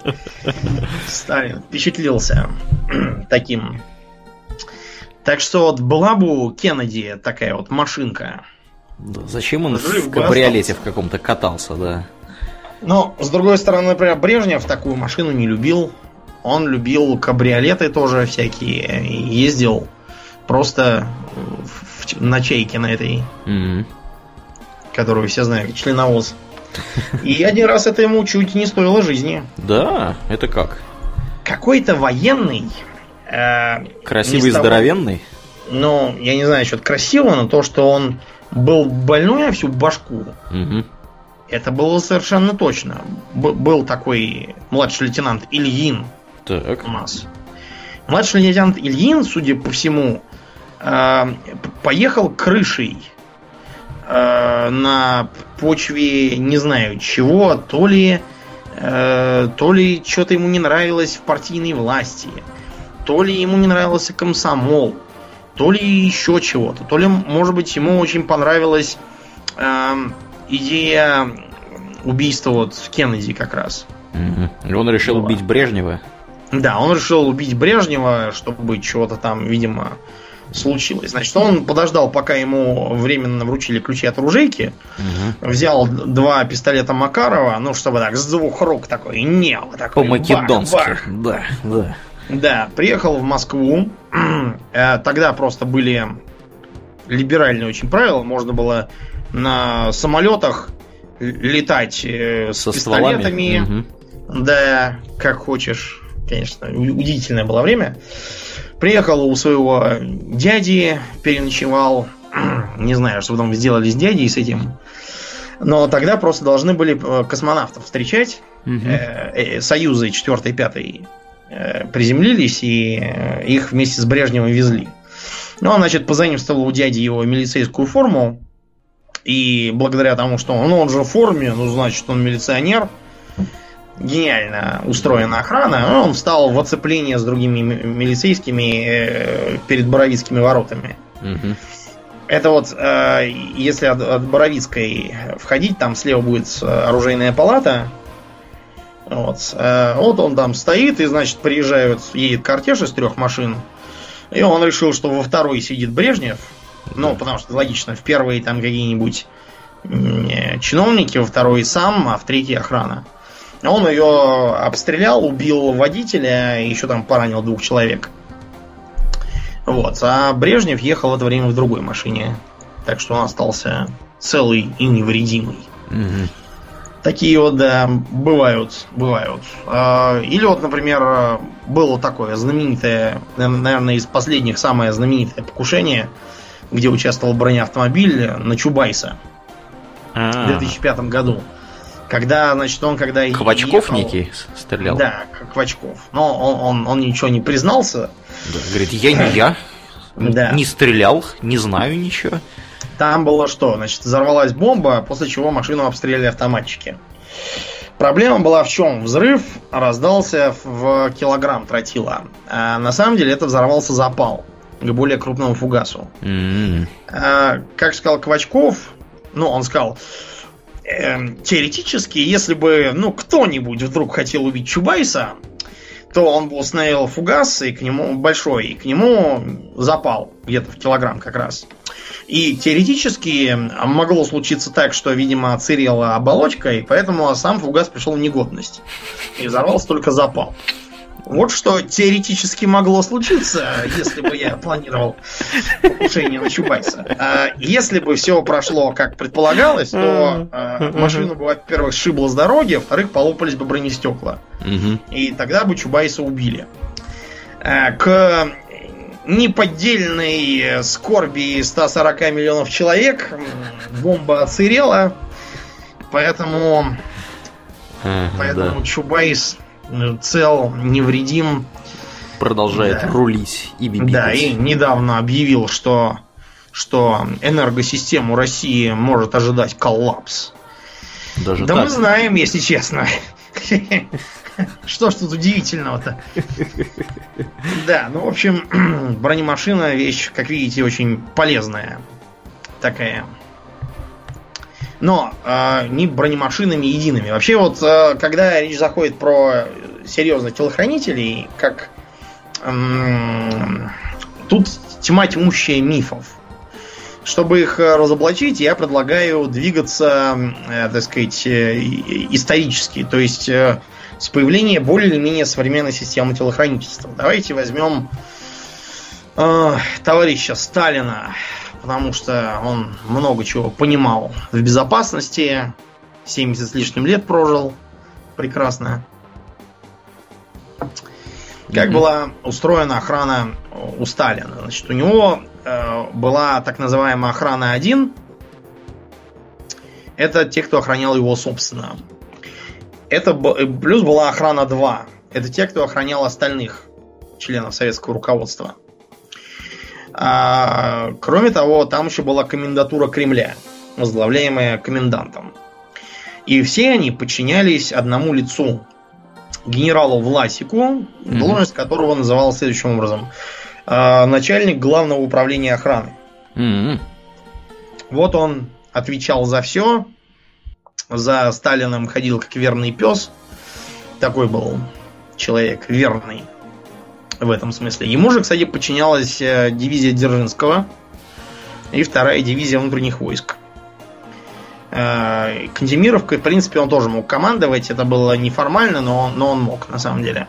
Сталин впечатлился таким. Так что вот была бы у Кеннеди такая вот машинка. Да, зачем он Жив в кабриолете в каком-то катался, да? Но, с другой стороны, например, Брежнев такую машину не любил. Он любил кабриолеты тоже всякие. Ездил просто в, на чайке на этой, mm-hmm. которую все знают, членовоз. И один раз это ему чуть не стоило жизни. Да? Это как? Какой-то военный... Э, Красивый и здоровенный? Ну, я не знаю, что-то красиво, но то, что он был больной на всю башку, mm-hmm. это было совершенно точно. Б- был такой младший лейтенант Ильин так. у нас. Младший лейтенант Ильин, судя по всему, э, поехал крышей э, на почве не знаю чего, то ли, э, то ли что-то ему не нравилось в партийной власти, то ли ему не нравился комсомол, то ли еще чего-то, то ли, может быть, ему очень понравилась э, идея убийства вот Кеннеди как раз. Mm-hmm. И он решил Была. убить Брежнева. Да, он решил убить Брежнева, чтобы чего-то там, видимо, случилось. Значит, он подождал, пока ему временно вручили ключи от оружейки, угу. взял два пистолета Макарова, ну, чтобы так, с двух рук такой, не, такой, по-македонски, да, да. Да, приехал в Москву. Тогда просто были либеральные очень правила. Можно было на самолетах летать с Со пистолетами. Угу. Да, как хочешь. Конечно, удивительное было время. Приехал у своего дяди, переночевал. Не знаю, что потом сделали с дядей с этим. Но тогда просто должны были космонавтов встречать. Угу. Э, э, Союзы четвёртый, пятый э, приземлились, и э, их вместе с Брежневым везли. Ну, он, значит, позаимствовал у дяди его милицейскую форму. И благодаря тому, что он, ну, он же в форме, ну, значит, он милиционер. Гениально устроена охрана. Он встал в оцепление с другими милицейскими э, перед Боровицкими воротами. Угу. Это вот, э, если от, от Боровицкой входить, там слева будет оружейная палата. Вот. Э, вот он там стоит, и, значит, приезжают, едет кортеж из трех машин. И он решил, что во второй сидит Брежнев. Ну, потому что логично, в первой там какие-нибудь чиновники, во второй сам, а в третий охрана. Он ее обстрелял, убил водителя и еще там поранил двух человек. Вот. А Брежнев ехал в это время в другой машине. Так что он остался целый и невредимый. Угу. Такие вот, да, бывают, бывают. Или вот, например, было такое знаменитое, наверное, из последних самое знаменитое покушение, где участвовал бронеавтомобиль на Чубайса А-а-а. в две тысячи пятом году. Когда, значит, он когда Квачков ехал, некий стрелял? Да, Квачков. Но он, он, он ничего не признался. Да, говорит, я не я, да. не стрелял, не знаю ничего. Там было что? Значит, взорвалась бомба, после чего машину обстреляли автоматчики. Проблема была в чем? Взрыв раздался в килограмм тротила. А на самом деле это взорвался запал к более крупному фугасу. Mm-hmm. А, как сказал Квачков, ну, он сказал, э, теоретически, если бы, ну, кто-нибудь вдруг хотел убить Чубайса, то он бы установил фугас и к нему большой, и к нему запал где-то в килограмм как раз. И теоретически могло случиться так, что, видимо, отсырела оболочка, и поэтому сам фугас пришел в негодность. И взорвался только запал. Вот что теоретически могло случиться, если бы я планировал покушение на Чубайса. А если бы все прошло как предполагалось, то а, машину бы, во-первых, сшибло с дороги, во-вторых, полопались бы бронестекла. И тогда бы Чубайса убили. А, к неподдельной скорби ста сорока миллионов человек бомба отсырела, поэтому, ага, поэтому да. Чубайс цел, невредим. Продолжает да. рулить и бибикать. Да, и недавно объявил, что, что энергосистему России может ожидать коллапс. Даже да так? мы знаем, если честно. Что ж тут удивительного-то? Да, ну, в общем, бронемашина вещь, как видите, очень полезная. Такая. Но э, не бронемашинами едиными. Вообще, вот, э, когда речь заходит про серьезных телохранителей, как э, тут тьма тьмущая мифов. Чтобы их разоблачить, я предлагаю двигаться, э, так сказать, э, исторически. То есть э, с появления более или менее современной системы телохранительства. Давайте возьмем э, товарища Сталина, потому что он много чего понимал в безопасности, семьдесят с лишним лет прожил, прекрасно. Как mm-hmm. была устроена охрана у Сталина? Значит, у него э, была так называемая охрана один. Это те, кто охранял его собственно. Это плюс была охрана два. Это те, кто охранял остальных членов советского руководства. А, кроме того, там еще была комендатура Кремля, возглавляемая комендантом. И все они подчинялись одному лицу, генералу Власику, mm-hmm. должность которого называлась следующим образом: а, начальник главного управления охраны. Mm-hmm. Вот он отвечал за все. За Сталиным ходил как верный пес. Такой был человек верный в этом смысле. Ему же, кстати, подчинялась дивизия Дзержинского и вторая дивизия внутренних войск. Кантемировкой, в принципе, он тоже мог командовать. Это было неформально, но, но он мог, на самом деле.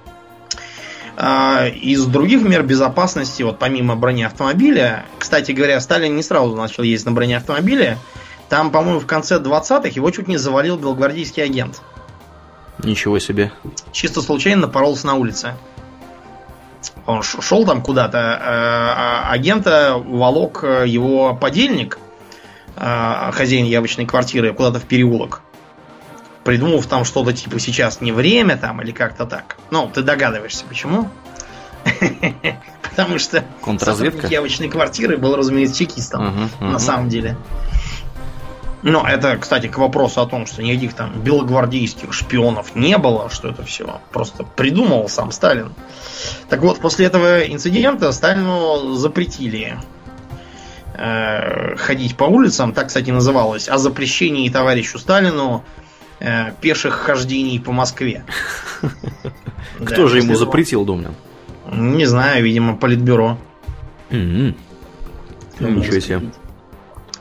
Из других мер безопасности, вот помимо бронеавтомобиля, кстати говоря, Сталин не сразу начал ездить на бронеавтомобиле. Там, по-моему, в конце двадцатых его чуть не завалил белогвардейский агент. Ничего себе. Чисто случайно напоролся на улице. Он шел там куда-то, а агента волок его подельник, хозяин явочной квартиры, куда-то в переулок, придумав там что-то типа «сейчас не время» там или как-то так. Ну, ты догадываешься, почему? Потому что контрразведка явочной квартиры был, разумеется, чекистом, на самом деле. Ну, это, кстати, к вопросу о том, что никаких там белогвардейских шпионов не было, что это все просто придумал сам Сталин. Так вот, после этого инцидента Сталину запретили э, ходить по улицам, так, кстати, называлось, о запрещении товарищу Сталину э, пеших хождений по Москве. Кто же ему запретил, Домнин? Не знаю, видимо, Политбюро. Ничего себе.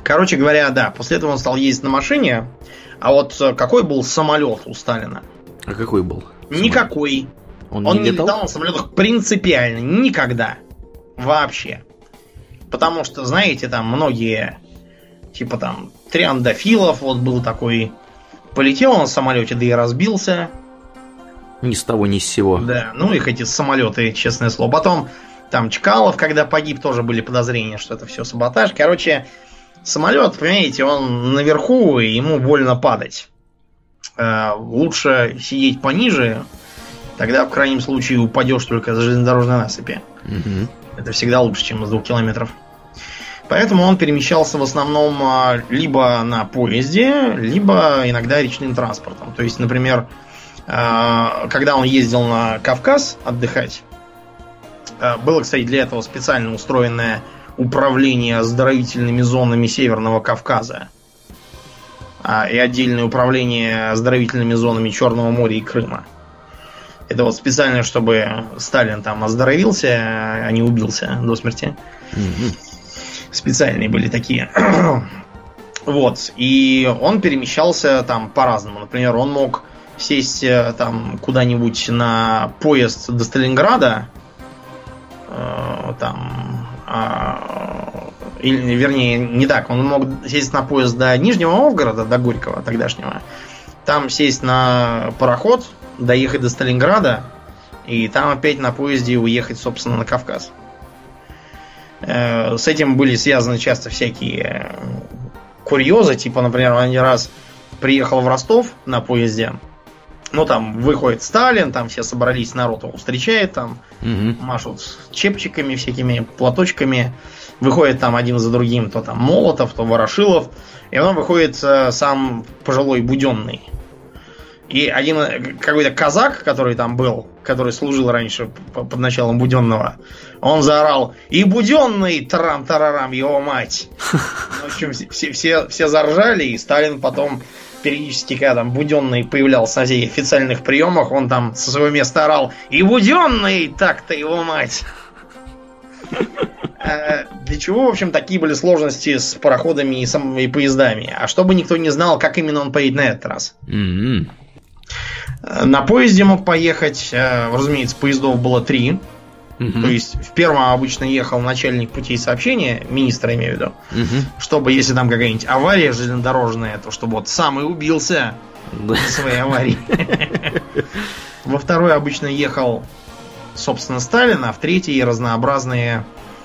Короче говоря, да, после этого он стал ездить на машине. А вот какой был самолет у Сталина? А какой был? Никакой. Он, он не не летал? летал на самолетах принципиально. Никогда. Вообще. Потому что, знаете, там многие, типа там, Триандафилов, вот был такой, полетел на самолете, да и разбился. Ни с того, ни с сего. Да, ну их эти самолеты, честное слово. Потом там Чкалов, когда погиб, тоже были подозрения, что это все саботаж. Короче, самолет, понимаете, он наверху, и ему больно падать. Э, лучше сидеть пониже, тогда в крайнем случае упадешь только с железнодорожной насыпи. Угу. Это всегда лучше, чем с двух километров. Поэтому он перемещался в основном либо на поезде, либо иногда речным транспортом. То есть, например, когда он ездил на Кавказ отдыхать, было, кстати, для этого специально устроенное управление оздоровительными зонами Северного Кавказа и отдельное управление оздоровительными зонами Черного моря и Крыма. Это вот специально, чтобы Сталин там оздоровился, а не убился до смерти. Угу. Специальные были такие. Вот. И он перемещался там по-разному. Например, он мог сесть там куда-нибудь на поезд до Сталинграда, э, там, э, или, вернее, не так. Он мог сесть на поезд до Нижнего Новгорода, до Горького тогдашнего. Там сесть на пароход, доехать до Сталинграда, и там опять на поезде уехать, собственно, на Кавказ. С этим были связаны часто всякие курьезы. Типа, например, он один раз приехал в Ростов на поезде. Ну, там выходит Сталин, там все собрались, народ его встречает, там угу. машут чепчиками, всякими платочками. Выходит там один за другим, то там Молотов, то Ворошилов. И потом выходит сам пожилой Буденный. И один какой-то казак, который там был, который служил раньше под началом Буденного, он заорал: «И Буденный, тарам-тарарам, его мать!» В общем, все, все, все заржали, и Сталин потом периодически, когда там Буденный появлялся на всех официальных приемах, он там со своего места орал: «И Буденный, так-то его мать!» Для чего, в общем, такие были сложности с пароходами и, сам, и поездами? А чтобы никто не знал, как именно он поедет на этот раз. Mm-hmm. На поезде мог поехать, разумеется, поездов было три. Mm-hmm. То есть в первом обычно ехал начальник путей сообщения, министра имею в виду, mm-hmm. чтобы, если там какая-нибудь авария железнодорожная, то чтобы вот сам и убился в своей аварии. Во второй обычно ехал, собственно, Сталин, а в третьей разнообразные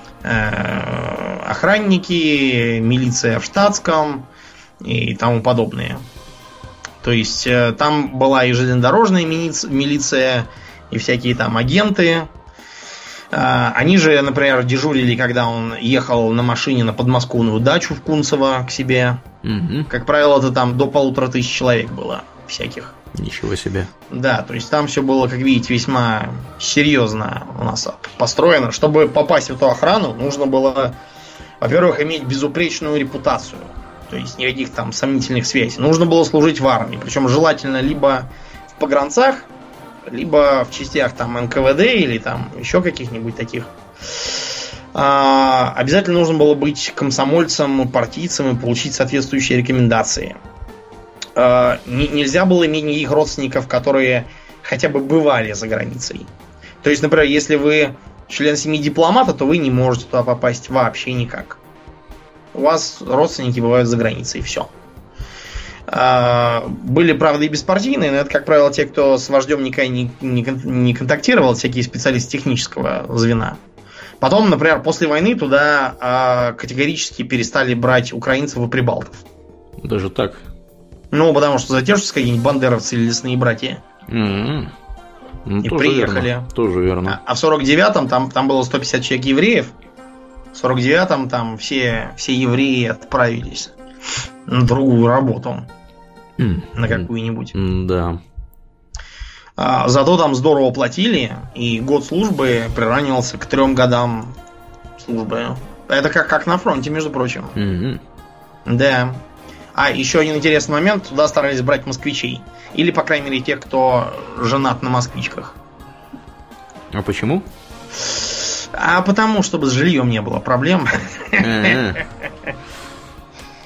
охранники, милиция в штатском и тому подобное. То есть там была и железнодорожная милиция, и всякие там агенты. Они же, например, дежурили, когда он ехал на машине на подмосковную дачу в Кунцево к себе. Угу. Как правило, это там до полутора тысяч человек было всяких. Ничего себе. Да, то есть там все было, как видите, весьма серьезно у нас построено. Чтобы попасть в эту охрану, нужно было, во-первых, иметь безупречную репутацию. То есть никаких там сомнительных связей. Нужно было служить в армии. Причем желательно либо в погранцах, либо в частях там эн ка вэ дэ или там еще каких-нибудь таких. А, обязательно нужно было быть комсомольцем, партийцем и получить соответствующие рекомендации. А, не, нельзя было иметь никаких родственников, которые хотя бы бывали за границей. То есть, например, если вы член семьи дипломата, то вы не можете туда попасть вообще никак. У вас родственники бывают за границей, и все. Были, правда, и беспартийные, но это, как правило, те, кто с вождем никогда не, не, не контактировал, всякие специалисты технического звена. Потом, например, после войны туда а, категорически перестали брать украинцев и прибалтов. Даже так? Ну, потому что затешатся какие-нибудь бандеровцы или лесные братья. Mm-hmm. Ну, и тоже приехали. Верно. Тоже верно. А, а в сорок девятом там, там было сто пятьдесят человек евреев. В сорок девятом там все, все евреи отправились на другую работу. Mm. На какую-нибудь. Mm, да. А, зато там здорово платили, и год службы приравнивался к трем годам службы. Это как, как на фронте, между прочим. Mm-hmm. Да. А, еще один интересный момент. Туда старались брать москвичей. Или, по крайней мере, тех, кто женат на москвичках. А почему? А потому, чтобы с жильем не было проблем.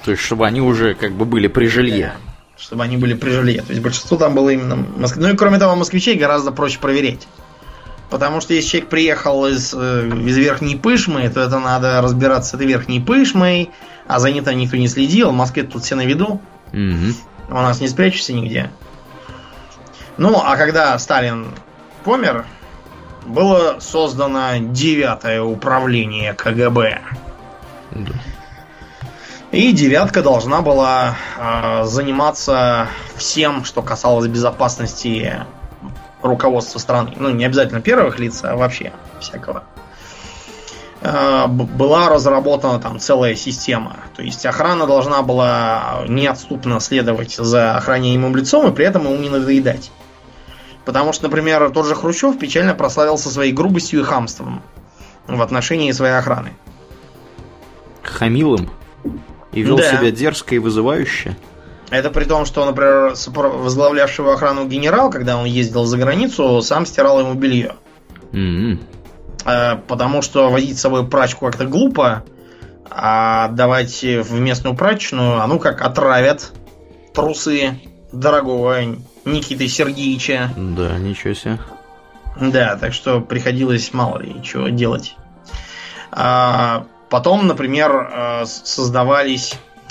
То есть, чтобы они уже как бы были при жилье. Да, чтобы они были при жилье. То есть, большинство там было именно москвичей. Ну и кроме того, москвичей гораздо проще проверять. Потому что если человек приехал из, из Верхней Пышмы, то это надо разбираться с этой Верхней Пышмой, а за ней-то никто не следил. В Москве тут все на виду. Угу. У нас не спрячешься нигде. Ну, а когда Сталин помер, было создано девятое управление КГБ. Да. И девятка должна была э, заниматься всем, что касалось безопасности руководства страны. Ну, не обязательно первых лиц, а вообще всякого. Э, была разработана там целая система. То есть охрана должна была неотступно следовать за охраняемым лицом и при этом ему не надоедать. Потому что, например, тот же Хрущев печально прославился своей грубостью и хамством в отношении своей охраны. Хамил им? И вел да. себя дерзко и вызывающе? Это при том, что, например, возглавлявшего охрану генерал, когда он ездил за границу, сам стирал ему белье. Mm-hmm. Потому что возить с собой прачку как-то глупо, а отдавать в местную прачечную, а ну как отравят трусы дорогого Никиты Сергеевича. Да, ничего себе. Да, так что приходилось мало ли чего делать. А потом, например, создавались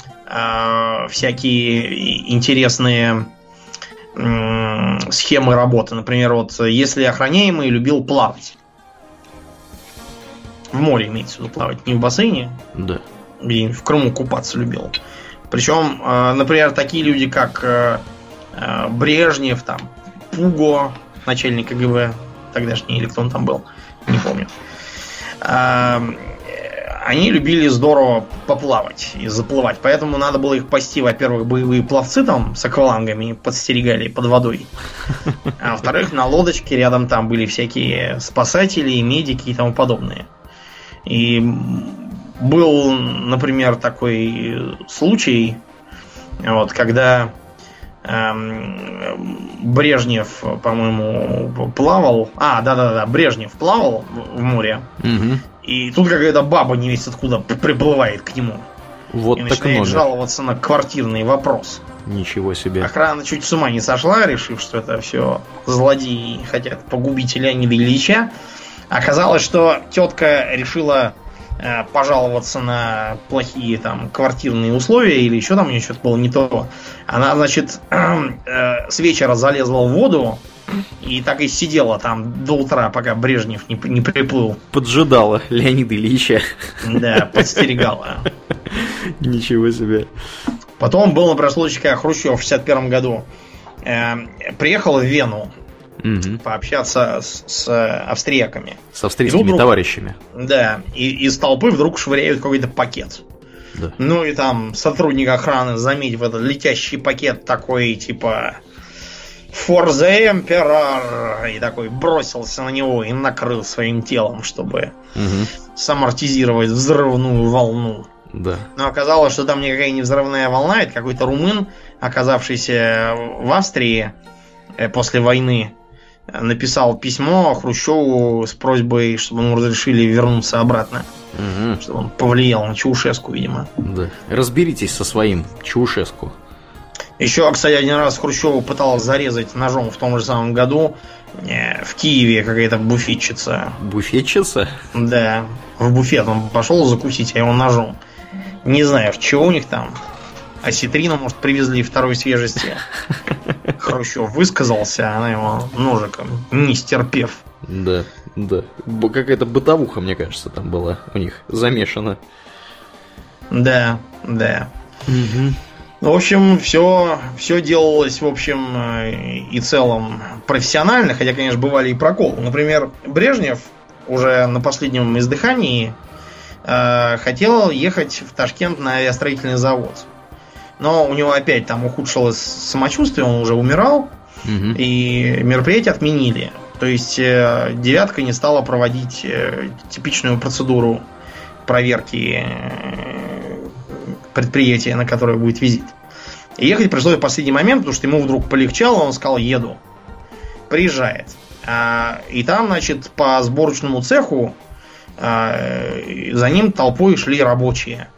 всякие интересные схемы работы. Например, вот если охраняемый любил плавать. В море имеется в виду плавать, не в бассейне. Да. Где-нибудь в Крыму купаться любил. Причем, например, такие люди, как Брежнев, там, Пуго, начальник КГБ тогдашний, или кто он там был, не помню. Они любили здорово поплавать и заплывать. Поэтому надо было их пасти, во-первых, боевые пловцы там с аквалангами подстерегали под водой. А во-вторых, на лодочке рядом там были всякие спасатели, медики и тому подобное. И был, например, такой случай, вот, когда эм, Брежнев, по-моему, плавал. А, да-да-да, Брежнев плавал в море. Угу. И тут какая-то баба не весь откуда приплывает к нему. Вот и так начинает номер. жаловаться на квартирный вопрос. Ничего себе. Охрана чуть с ума не сошла, решив, что это все злодеи хотят погубить Леонида Ильича. Оказалось, что тетка решила э, пожаловаться на плохие там квартирные условия или еще там у нее что-то было не то. Она, значит, э, э, с вечера залезла в воду и так и сидела там до утра, пока Брежнев не, не приплыл. Поджидала Леонида Ильича. Да, подстерегала. Ничего себе. Потом был, например, случай, когда Хрущев в шестьдесят первом году э, приехал в Вену угу. пообщаться с, с австрияками. С австрийскими вдруг, товарищами. Да, и из толпы вдруг швыряют какой-то пакет. Да. Ну и там сотрудник охраны, заметив этот летящий пакет, такой типа For the Emperor, и такой бросился на него и накрыл своим телом, чтобы угу. самортизировать взрывную волну. Да. Но оказалось, что там никакая не взрывная волна, это какой-то румын, оказавшийся в Австрии после войны, написал письмо Хрущеву с просьбой, чтобы ему разрешили вернуться обратно. Угу. Чтобы он повлиял на Чаушеску, видимо. Да. Разберитесь со своим Чаушеску. Еще, кстати, один раз Хрущеву пыталась зарезать ножом в том же самом году в Киеве какая-то буфетчица. Буфетчица? Да. В буфет он пошел закусить, а его ножом. Не знаю, чего у них там. Осетрину, может, привезли второй свежести. Хрущев высказался, а она его ножиком, не стерпев. Да, да. Какая-то бытовуха, мне кажется, там была у них замешана. Да, да. Угу. В общем, все, все делалось, в общем, и целом профессионально, хотя, конечно, бывали и проколы. Например, Брежнев уже на последнем издыхании э, хотел ехать в Ташкент на авиастроительный завод. Но у него опять там ухудшилось самочувствие, он уже умирал, угу. и мероприятие отменили. То есть э, девятка не стала проводить э, типичную процедуру проверки э, предприятия, на которое будет визит. И ехать пришлось в последний момент, потому что ему вдруг полегчало, он сказал: еду. Приезжает. А, и там, значит, по сборочному цеху а, за ним толпой шли рабочие.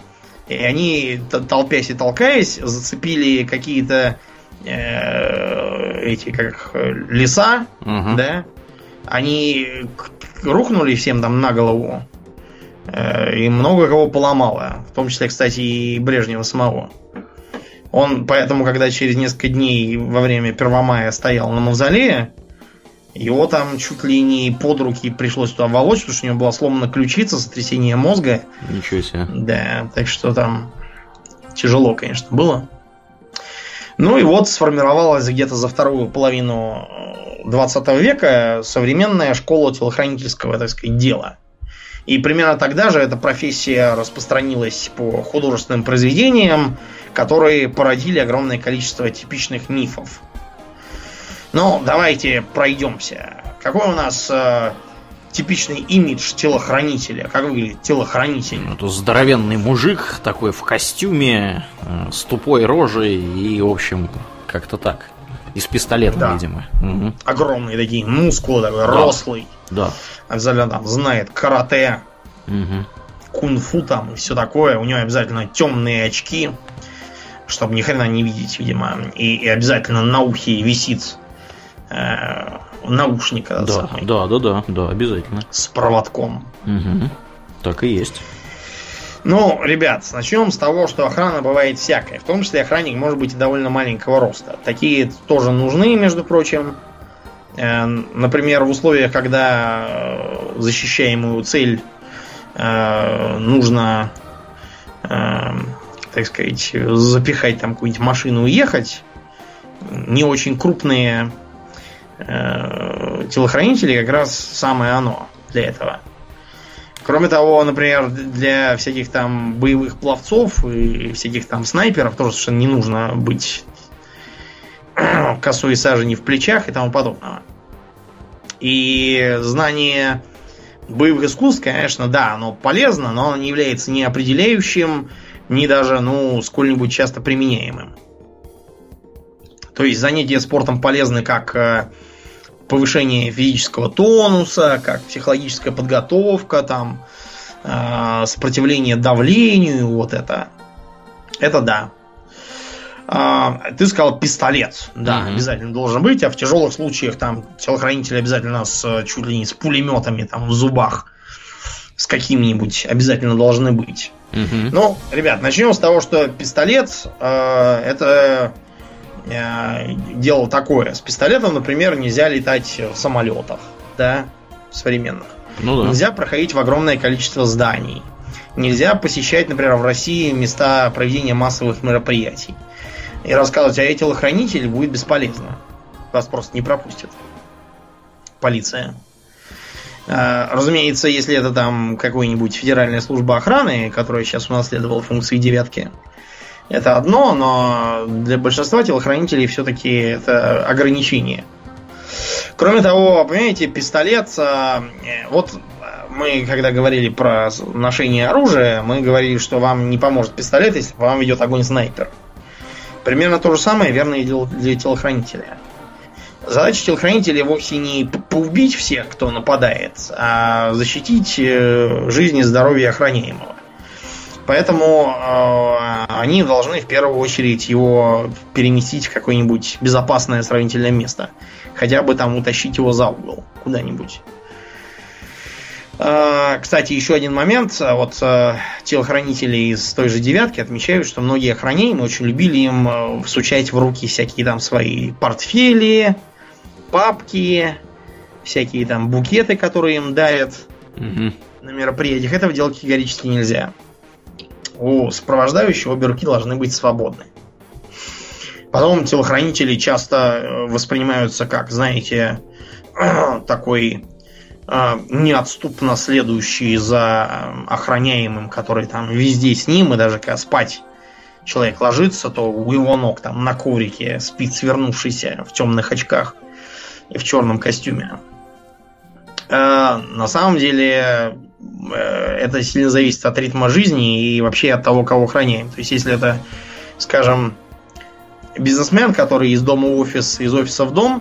И они, толпясь и толкаясь, зацепили какие-то э, эти, как леса, угу. да. Они рухнули всем там на голову. Э, и много кого поломало. В том числе, кстати, и Брежнева самого. Он, поэтому, когда через несколько дней во время Первомая стоял на мавзолее, его там чуть ли не под руки пришлось туда волочь, потому что у него была сломана ключица, сотрясение мозга. Ничего себе. Да, так что там тяжело, конечно, было. Ну и вот сформировалась где-то за вторую половину двадцатого века современная школа телохранительского, так сказать, дела. И примерно тогда же эта профессия распространилась по художественным произведениям, которые породили огромное количество типичных мифов. Ну, давайте пройдемся. Какой у нас э, типичный имидж телохранителя? Как выглядит телохранитель? Это здоровенный мужик, такой в костюме, э, с тупой рожей и, в общем, как-то так. И с пистолетом, да. видимо. Угу. Огромные такие мускулы, такой да. рослый. Да. Обязательно там знает карате, угу. кунг-фу там и все такое. У него обязательно темные очки, чтобы ни хрена не видеть, видимо. И, и обязательно на ухе висит э, наушник. Да, самый, да, да, да, да, обязательно. С проводком. Угу. Так и есть. Ну, ребят, начнем с того, что охрана бывает всякая. В том числе охранник может быть и довольно маленького роста. Такие тоже нужны, между прочим. Э, например, в условиях, когда защищаемую цель э, нужно... Э, так сказать, запихать там какую-нибудь машину и ехать, не очень крупные э, телохранители как раз самое оно для этого. Кроме того, например, для всяких там боевых пловцов и всяких там снайперов тоже совершенно не нужно быть косой сажени в плечах и тому подобного. И знание боевых искусств, конечно, да, оно полезно, но оно не является ни определяющим, ни даже, ну, сколь-нибудь часто применяемым. То есть занятия спортом полезны как повышение физического тонуса, как психологическая подготовка, там, э, сопротивление давлению, вот это. Это да. Э, ты сказал пистолет. Да, mm-hmm. обязательно должен быть, а в тяжелых случаях там телохранитель обязательно с чуть ли не с пулеметами там в зубах, с какими-нибудь обязательно должны быть. Uh-huh. Ну, ребят, начнем с того, что пистолет э, это э, дело такое. С пистолетом, например, нельзя летать в самолетах, да, современных. Ну, да. Нельзя проходить в огромное количество зданий. Нельзя посещать, например, в России места проведения массовых мероприятий. И рассказывать, а я телохранитель, будет бесполезно. Вас просто не пропустят. Полиция. Разумеется, если это там какая-нибудь федеральная служба охраны, которая сейчас унаследовала функции девятки, это одно, но для большинства телохранителей все-таки это ограничение. Кроме того, понимаете, пистолет, вот мы когда говорили про ношение оружия, мы говорили, что вам не поможет пистолет, если вам ведет огонь снайпер. Примерно то же самое верно и для телохранителя. Задача телохранителя вовсе не поубить всех, кто нападает, а защитить жизнь и здоровье охраняемого. Поэтому э, они должны в первую очередь его переместить в какое-нибудь безопасное сравнительное место. Хотя бы там утащить его за угол куда-нибудь. Э, кстати, еще один момент. Вот э, телохранители из той же девятки отмечают, что многие охраняемые очень любили им э, всучать в руки всякие там свои портфели, папки, всякие там букеты, которые им дарят угу. на мероприятиях. Этого делать категорически нельзя. У сопровождающего обе руки должны быть свободны. Потом телохранители часто воспринимаются как, знаете, такой неотступно следующий за охраняемым, который там везде с ним, и даже когда спать человек ложится, то у его ног там на коврике спит свернувшийся в темных очках и в черном костюме. Э, на самом деле э, это сильно зависит от ритма жизни и вообще от того, кого охраняем. То есть, если это, скажем, бизнесмен, который из дома в офис, из офиса в дом,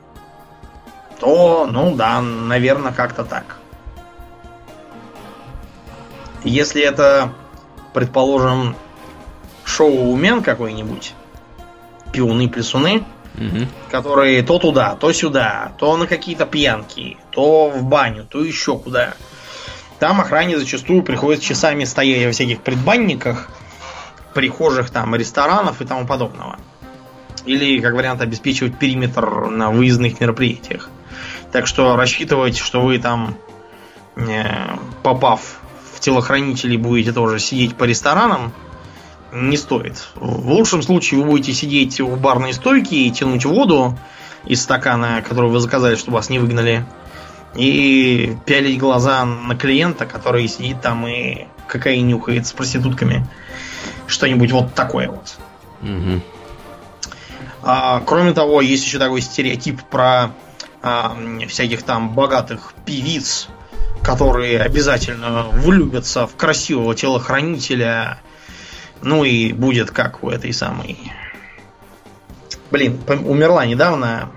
то, ну да, наверное, как-то так. Если это предположим, шоумен какой-нибудь, пивуны-плесуны, угу. которые то туда, то сюда, то на какие-то пьянки, то в баню, то еще куда. Там охране зачастую приходится часами стоять во всяких предбанниках, прихожих там, ресторанов и тому подобного. Или, как вариант, обеспечивать периметр на выездных мероприятиях. Так что рассчитывать, что вы там, попав в телохранителей, будете тоже сидеть по ресторанам, не стоит. В лучшем случае вы будете сидеть у барной стойки и тянуть воду из стакана, который вы заказали, чтобы вас не выгнали, и пялить глаза на клиента, который сидит там и кокаин нюхает с проститутками. Что-нибудь вот такое вот. Угу. А, кроме того, есть еще такой стереотип про а, всяких там богатых певиц, которые обязательно влюбятся в красивого телохранителя. Ну и будет как у этой самой... Блин, умерла недавно.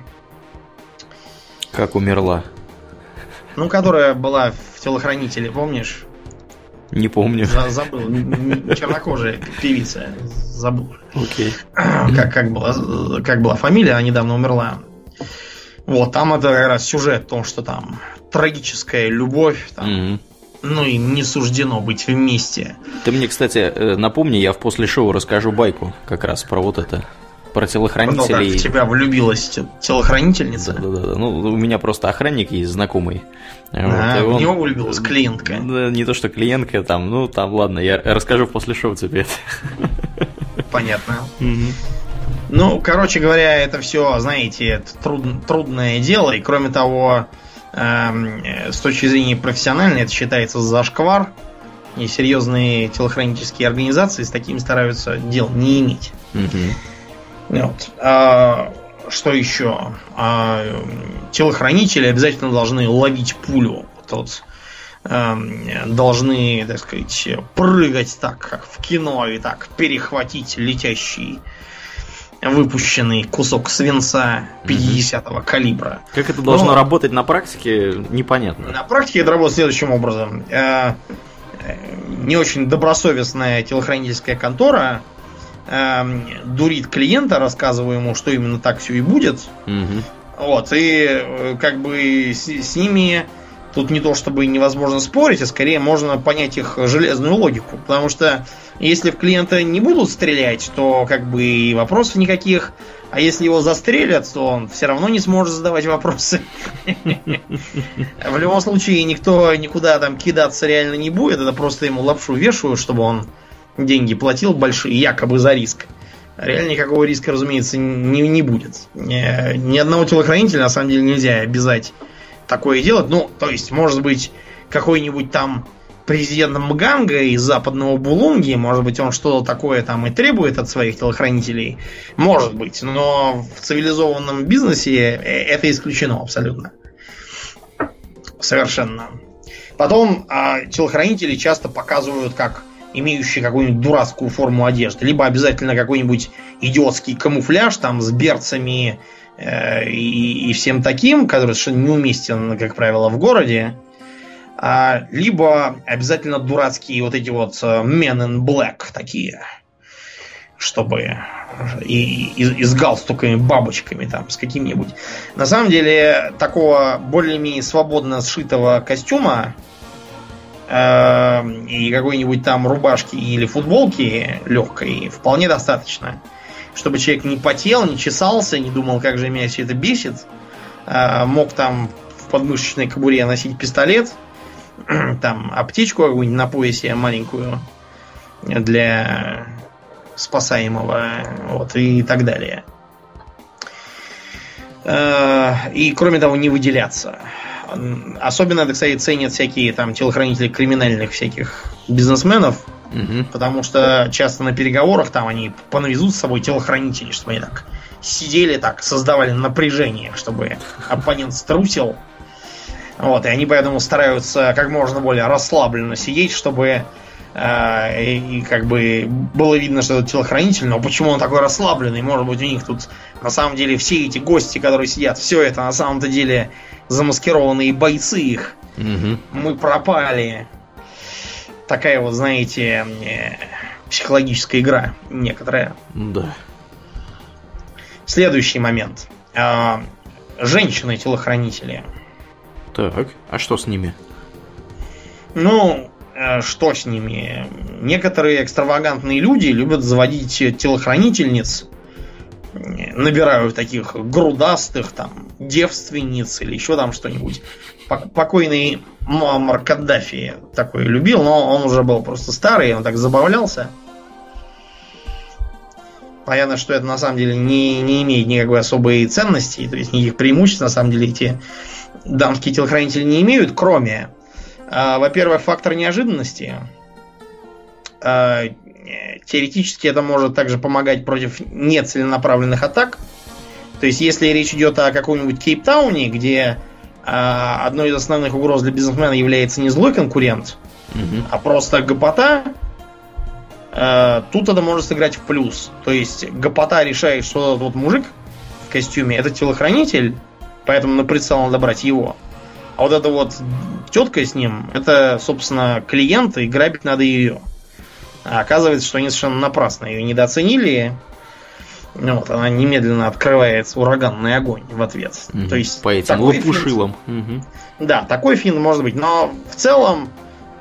Как умерла? Ну, которая была в телохранителе, помнишь? Не помню. Забыл. Чернокожая певица. Забыл. Окей. Как, как, была, как была фамилия, она недавно умерла. Вот, там это как раз сюжет о том, что там трагическая любовь, там, mm-hmm. ну и не суждено быть вместе. Ты мне, кстати, напомни, я в после шоу расскажу байку как раз про вот это. Про телохранителей. Про то, как в тебя влюбилась телохранительница. Да, да, да. Ну, у меня просто охранник есть знакомый. А, вот, в он... него влюбилась клиентка. Да, не то, что клиентка, там, ну, там, ладно, я расскажу после шоу тебе это. Понятно. Ну, короче говоря, это все, знаете, это труд... трудное дело, и кроме того, эм, с точки зрения профессиональной, это считается зашквар, и серьезные телохранительские организации с таким стараются дел не иметь. Вот. А, что еще? А, телохранители обязательно должны ловить пулю. Вот, а, должны, так сказать, прыгать так, как в кино, и так перехватить летящий выпущенный кусок свинца пятидесятого калибра. Как это должно Но, работать на практике, непонятно. На практике это работает следующим образом. А, не очень добросовестная телохранительская контора дурит клиента, рассказывая ему, что именно так все и будет. Угу. Вот, и как бы с, с ними тут не то чтобы невозможно спорить, а скорее можно понять их железную логику. Потому что если в клиента не будут стрелять, то как бы и вопросов никаких. А если его застрелят, то он все равно не сможет задавать вопросы. В любом случае никто никуда там кидаться реально не будет. Это просто ему лапшу вешают, чтобы он деньги платил большие, якобы за риск. Реально никакого риска, разумеется, не, не будет. Ни, ни одного телохранителя, на самом деле, нельзя обязать такое делать. Ну, то есть, может быть, какой-нибудь там президент Мганга из западного Булунги, может быть, он что-то такое там и требует от своих телохранителей. Может быть, но в цивилизованном бизнесе это исключено абсолютно. Совершенно. Потом а, телохранители часто показывают как имеющие какую-нибудь дурацкую форму одежды, либо обязательно какой-нибудь идиотский камуфляж там с берцами э, и, и всем таким, который совершенно неуместен, как правило, в городе, а, либо обязательно дурацкие вот эти вот men in black такие, чтобы и, и, и с галстуками, бабочками там, с каким-нибудь. На самом деле, такого более-менее свободно сшитого костюма и какой-нибудь там рубашки или футболки легкой вполне достаточно, чтобы человек не потел, не чесался, не думал, как же меня все это бесит. Мог там в подмышечной кобуре носить пистолет, там аптечку какую-нибудь на поясе маленькую для спасаемого, вот, и так далее. И кроме того, не выделяться. Особенно, это, кстати, ценят всякие там телохранители криминальных всяких бизнесменов, угу. потому что часто на переговорах там они понавезут с собой телохранителей, чтобы они так сидели, так создавали напряжение, чтобы оппонент струсил. Вот, и они поэтому стараются как можно более расслабленно сидеть, чтобы э, и, и как бы было видно, что это телохранитель, но почему он такой расслабленный? Может быть, у них тут на самом деле все эти гости, которые сидят, все это на самом-то деле замаскированные бойцы их. Угу. Мы пропали. такая вот, знаете, психологическая игра некоторая. Да. Следующий момент. Женщины-телохранители. Так, а что с ними? Ну, что с ними? Некоторые экстравагантные люди любят заводить телохранительниц, набирают таких грудастых, там, девственниц или еще там что-нибудь. Покойный Муаммар Каддафи такой любил, но он уже был просто старый, он так забавлялся. Понятно, что это на самом деле не, не имеет никакой особой ценности, то есть никаких преимуществ на самом деле эти дамские телохранители не имеют, кроме, э, во-первых, фактор неожиданности. Э, теоретически это может также помогать против нецеленаправленных атак. То есть, если речь идет о каком-нибудь Кейптауне, где э, одной из основных угроз для бизнесмена является не злой конкурент, mm-hmm. а просто гопота, э, тут это может сыграть в плюс. То есть, гопота решает, что этот вот мужик в костюме — это телохранитель, поэтому на прицел надо брать его. А вот эта вот тетка с ним — это, собственно, клиент, и грабить надо ее. А оказывается, что они совершенно напрасно ее недооценили. Вот, она немедленно открывает ураганный огонь в ответ. Mm-hmm. То есть, по этим лопушилам. Mm-hmm. Да, такой финт может быть. Но в целом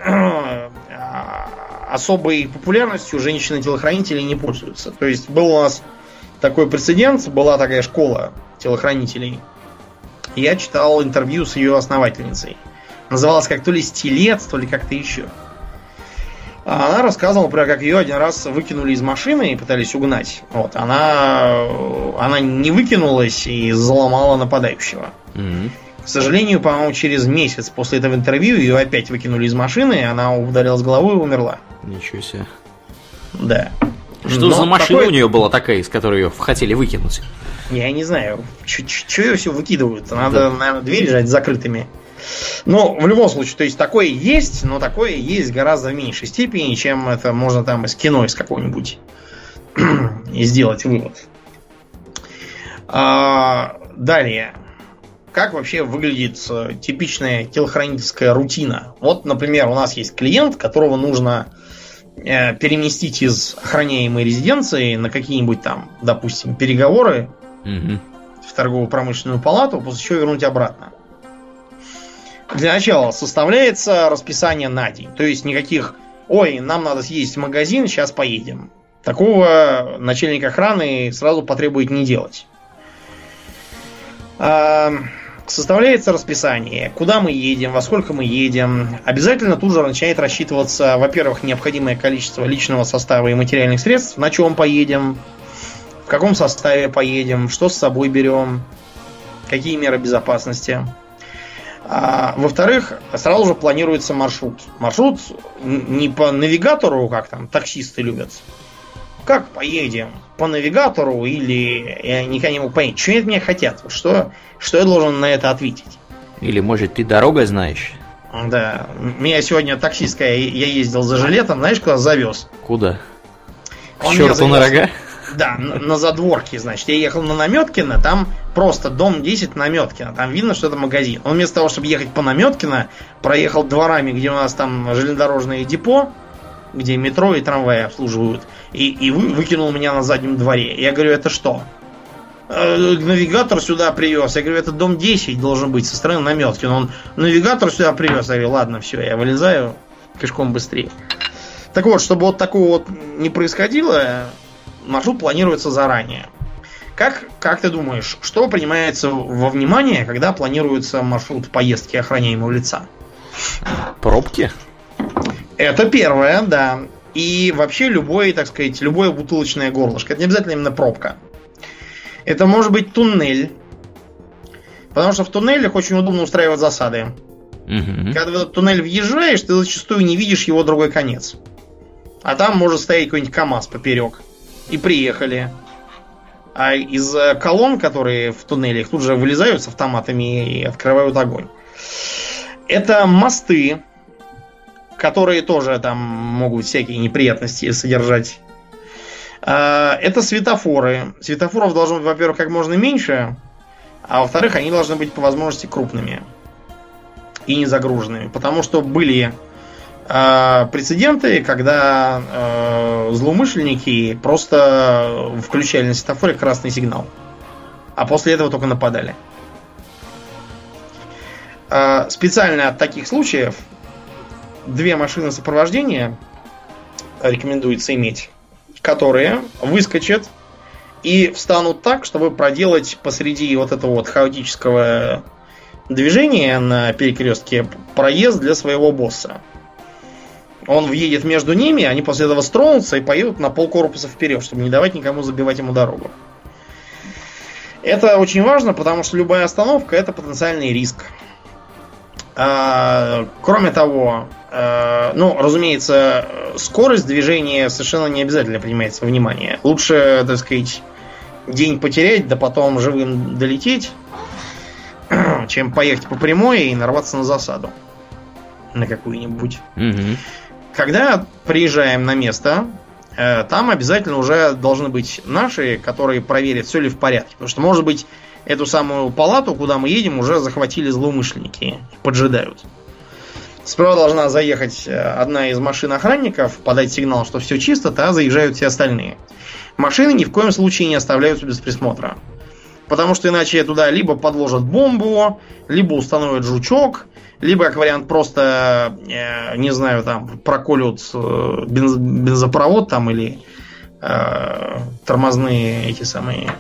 особой популярностью женщины-телохранители не пользуются. То есть был у нас такой прецедент, была такая школа телохранителей. Я читал интервью с ее основательницей. Называлась как то ли «Стилет», то ли как-то еще. Она рассказывала про как ее один раз выкинули из машины и пытались угнать. Вот, она, она не выкинулась и заломала нападающего. Mm-hmm. К сожалению, по-моему, через месяц после этого интервью ее опять выкинули из машины, она ударилась головой и умерла. Ничего себе. Да. Что Но за машина такой... у нее была такая, из которой ее хотели выкинуть? Я не знаю. Что ее все выкидывают? Надо, да. наверное, двери держать закрытыми. Ну, в любом случае, то есть такое есть, но такое есть гораздо в меньшей степени, чем это можно там из кино из какого-нибудь и сделать вывод. А, далее. Как вообще выглядит типичная телохранительская рутина? Вот, например, у нас есть клиент, которого нужно э, переместить из охраняемой резиденции на какие-нибудь там, допустим, переговоры mm-hmm. в торгово-промышленную палату, после чего вернуть обратно. Для начала составляется расписание на день. То есть никаких «Ой, нам надо съездить в магазин, сейчас поедем». Такого начальник охраны сразу потребует не делать. Составляется расписание, куда мы едем, во сколько мы едем. Обязательно тут же начинает рассчитываться, во-первых, необходимое количество личного состава и материальных средств, на чем поедем, в каком составе поедем, что с собой берем, какие меры безопасности. А, во-вторых, сразу же планируется маршрут. Маршрут не по навигатору, как там таксисты любят. Как поедем? По навигатору или... Я никогда не мог понять, что они от меня хотят? Что, что я должен на это ответить? Или, может, ты дорогу знаешь? Да. Меня сегодня таксистская... Я ездил за жилетом, знаешь, куда завез? Куда? К черту на рога? Да, на, на задворке, значит. Я ехал на Наметкино, там просто дом десять Наметкино. Там видно, что это магазин. Он вместо того, чтобы ехать по Наметкино, проехал дворами, где у нас там железнодорожное депо, где метро и трамваи обслуживают, и, и вы, выкинул меня на заднем дворе. Я говорю, это что? Э, навигатор сюда привез. Я говорю, это дом десять должен быть со стороны Наметкина. Он навигатор сюда привез. Я говорю, ладно, все, я вылезаю пешком быстрее. Так вот, чтобы вот такого вот не происходило, маршрут планируется заранее. Как, как ты думаешь, что принимается во внимание, когда планируется маршрут поездки охраняемого лица? Пробки? Это первое, да. И вообще любое, так сказать, любое бутылочное горлышко. Это не обязательно именно пробка. Это может быть туннель. Потому что в туннелях очень удобно устраивать засады. Угу. Когда в этот туннель въезжаешь, ты зачастую не видишь его другой конец. А там может стоять какой-нибудь КамАЗ поперек. И приехали. А из колонн, которые в туннелях, тут же вылезают с автоматами и открывают огонь. Это мосты, которые тоже там могут всякие неприятности содержать. Это светофоры. Светофоров должно быть, во-первых, как можно меньше, а во-вторых, они должны быть по возможности крупными и не загруженными. Потому что были А прецеденты, когда э, злоумышленники просто включали на светофоре красный сигнал, а после этого только нападали. А специально от таких случаев две машины сопровождения рекомендуется иметь, которые выскочат и встанут так, чтобы проделать посреди вот этого вот хаотического движения на перекрестке проезд для своего босса. Он въедет между ними, они после этого стронутся и поедут на полкорпуса вперед, чтобы не давать никому забивать ему дорогу. Это очень важно, потому что любая остановка — это потенциальный риск. А, кроме того, а, ну, разумеется, скорость движения совершенно не обязательно принимается во внимание. Лучше, так сказать, день потерять, да потом живым долететь, чем поехать по прямой и нарваться на засаду на какую-нибудь. Угу. Когда приезжаем на место, э, там обязательно уже должны быть наши, которые проверят, все ли в порядке. Потому что, может быть, эту самую палату, куда мы едем, уже захватили злоумышленники, поджидают. Справа должна заехать одна из машин охранников, подать сигнал, что все чисто, тогда заезжают все остальные. Машины ни в коем случае не оставляются без присмотра. Потому что иначе туда либо подложат бомбу, либо установят жучок, либо, как вариант, просто, э, не знаю, там, проколют э, бенз, бензопровод там или э, тормозные эти самые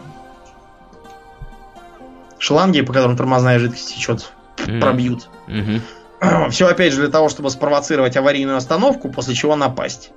шланги, по которым тормозная жидкость течет, mm-hmm. пробьют. Mm-hmm. Все, опять же, для того, чтобы спровоцировать аварийную остановку, после чего напасть.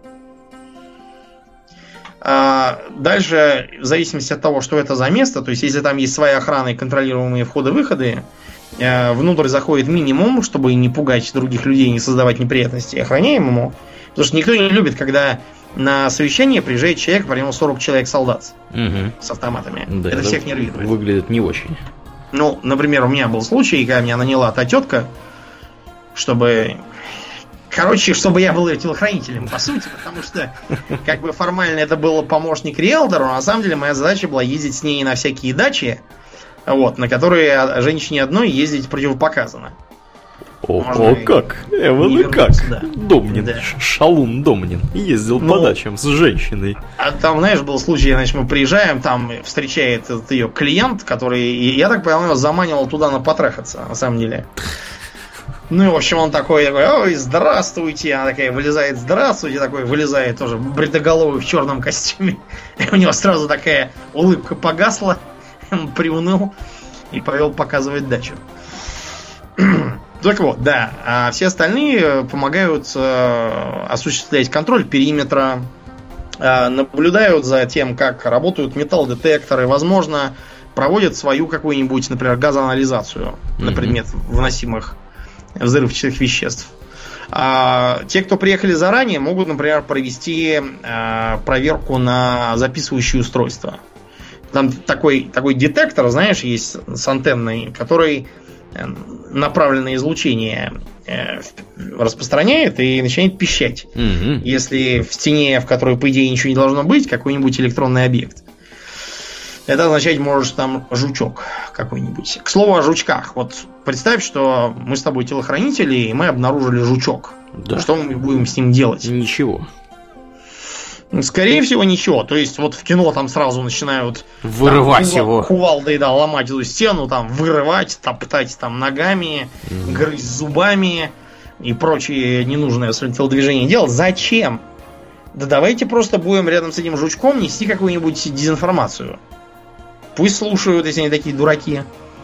А дальше, в зависимости от того, что это за место, то есть, если там есть своя охрана и контролируемые входы-выходы, внутрь заходит минимум, чтобы не пугать других людей, не создавать неприятности охраняемому. Потому что никто не любит, когда на совещание приезжает человек, примерно сорок человек солдат угу. с автоматами. Да, это, это всех нервирует. Выглядит не очень. Ну, например, у меня был случай, когда меня наняла та тетка, чтобы... Короче, чтобы я был ее телохранителем, по сути, потому что, как бы формально это был помощник риэлтора, но на самом деле моя задача была ездить с ней на всякие дачи, вот, на которые женщине одной ездить противопоказано. О, о как! Эван, как? Да. Домнин, да. Шалун Домнин ездил ну, по дачам с женщиной. А там, знаешь, был случай, значит, мы приезжаем, там встречает этот ее клиент, который, я так понял, его заманивал туда на потрахаться, на самом деле. Ну и, в общем, он такой, такой, ой, здравствуйте. Она такая вылезает, здравствуйте, такой вылезает тоже бритоголовый в черном костюме. И у него сразу такая улыбка погасла, он приуныл и повел показывать дачу. Так вот, да, а все остальные помогают э, осуществлять контроль периметра, э, наблюдают за тем, как работают металлодетекторы, возможно, проводят свою какую-нибудь, например, газоанализацию на предмет вносимых взрывчатых веществ. А те, кто приехали заранее, могут, например, провести а, проверку на записывающие устройства. Там такой, такой детектор, знаешь, есть с антенной, который направленное излучение э, распространяет и начинает пищать. Mm-hmm. Если в стене, в которой, по идее, ничего не должно быть, какой-нибудь электронный объект. Это означать может там жучок какой-нибудь. К слову о жучках. Вот представь, что мы с тобой телохранители, и мы обнаружили жучок. Да. Что мы будем с ним делать? Ничего. Скорее всего, ничего. То есть, вот в кино там сразу начинают вырывать там, его. Кувалдой, да, ломать эту стену, там, вырывать, топтать там ногами, mm. грызть зубами и прочие ненужные телодвижения делать. Зачем? Да давайте просто будем рядом с этим жучком нести какую-нибудь дезинформацию. Пусть слушают, если они такие дураки.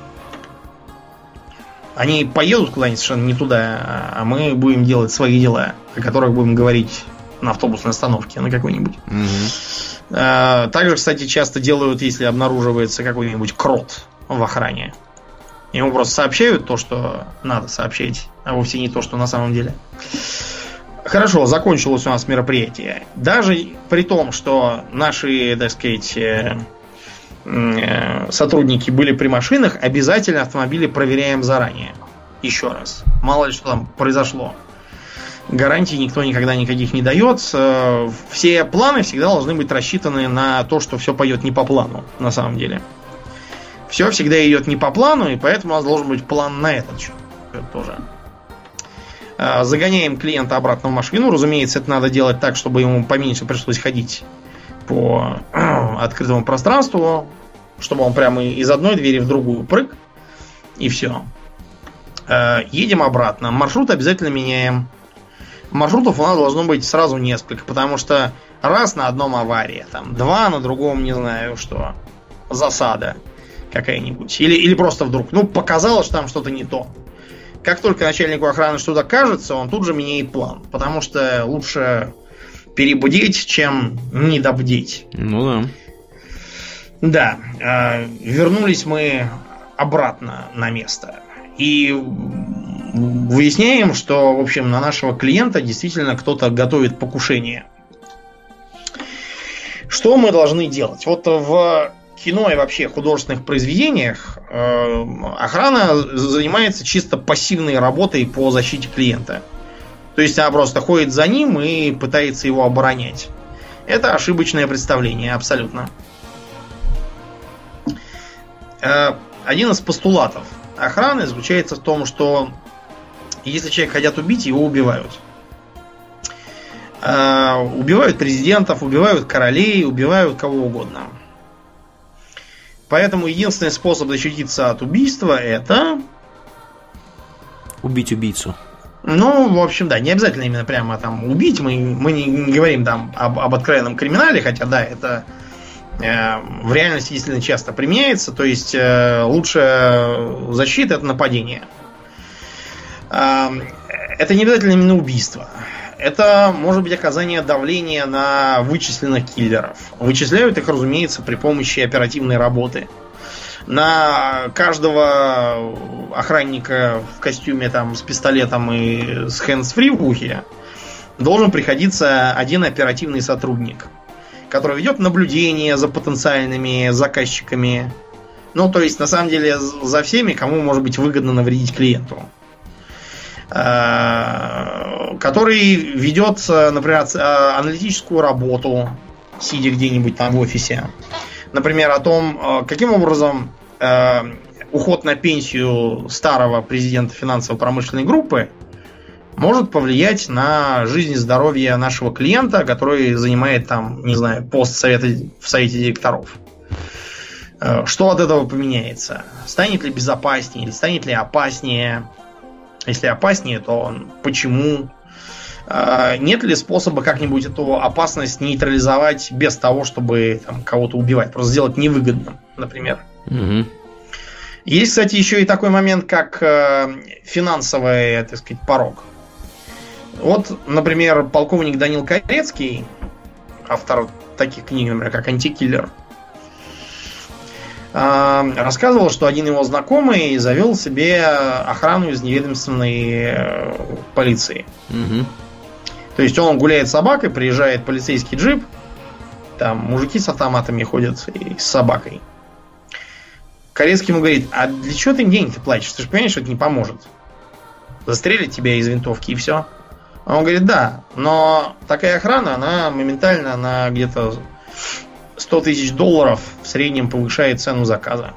Они поедут куда-нибудь совершенно не туда, а мы будем делать свои дела, о которых будем говорить на автобусной остановке, на какой-нибудь. Mm-hmm. Также, кстати, часто делают, если обнаруживается какой-нибудь крот в охране. Ему просто сообщают то, что надо сообщать, а вовсе не то, что на самом деле. Хорошо, закончилось у нас мероприятие. Даже при том, что наши, так сказать, сотрудники были при машинах, обязательно автомобили проверяем заранее. Еще раз. Мало ли что там произошло. Гарантий никто никогда никаких не дает. Все планы всегда должны быть рассчитаны на то, что все пойдет не по плану, на самом деле. Все всегда идет не по плану, и поэтому у нас должен быть план на этот счет тоже. Загоняем клиента обратно в машину. Разумеется, это надо делать так, чтобы ему поменьше пришлось ходить по открытому пространству, чтобы он прямо из одной двери в другую прыг. И все. Едем обратно. Маршрут обязательно меняем. Маршрутов у нас должно быть сразу несколько, потому что раз на одном авария, там, два на другом, не знаю что, засада какая-нибудь. Или, или просто вдруг, ну, показалось, что там что-то не то. Как только начальнику охраны что-то кажется, он тут же меняет план. Потому что лучше перебдеть, чем недобдеть. Ну да. Да. Э, вернулись мы обратно на место. И выясняем, что, в общем, на нашего клиента действительно кто-то готовит покушение. Что мы должны делать? Вот в кино и вообще художественных произведениях э, охрана занимается чисто пассивной работой по защите клиента. То есть она просто ходит за ним и пытается его оборонять. Это ошибочное представление, абсолютно. Э, один из постулатов охраны заключается в том, что если человека хотят убить, его убивают. Э, убивают президентов, убивают королей, убивают кого угодно. Поэтому единственный способ защититься от убийства — это... убить убийцу. Ну, в общем, да, не обязательно именно прямо там убить. Мы, мы не, не говорим там об, об откровенном криминале, хотя, да, это э, в реальности действительно часто применяется. То есть э, лучшая защита — это нападение. Э, это не обязательно именно убийство. Это может быть оказание давления на вычисленных киллеров. Вычисляют их, разумеется, при помощи оперативной работы. На каждого охранника в костюме там, с пистолетом и с hands-free в ухе должен приходиться один оперативный сотрудник, который ведет наблюдение за потенциальными заказчиками. Ну, то есть, на самом деле, за всеми, кому может быть выгодно навредить клиенту. Который ведет, например, аналитическую работу, сидя где-нибудь там в офисе. Например, о том, каким образом уход на пенсию старого президента финансово-промышленной группы может повлиять на жизнь и здоровье нашего клиента, который занимает там, не знаю, пост совета, в совете директоров. Что от этого поменяется? Станет ли безопаснее или станет ли опаснее? Если опаснее, то почему? Нет ли способа как-нибудь эту опасность нейтрализовать без того, чтобы там, кого-то убивать? Просто сделать невыгодным, например. Угу. Есть, кстати, еще и такой момент, как финансовый, так сказать, порог. Вот, например, полковник Данил Корецкий, автор таких книг, например, как «Антикиллер», рассказывал, что один его знакомый завел себе охрану из неведомственной полиции. Угу. То есть он гуляет с собакой, приезжает полицейский джип, там мужики с автоматами ходят и с собакой. Корецкий ему говорит: а для чего ты им денег-то платишь? Ты же понимаешь, что это не поможет. Застрелить тебя из винтовки и все. А он говорит: да, но такая охрана, она моментально на где-то сто тысяч долларов в среднем повышает цену заказа.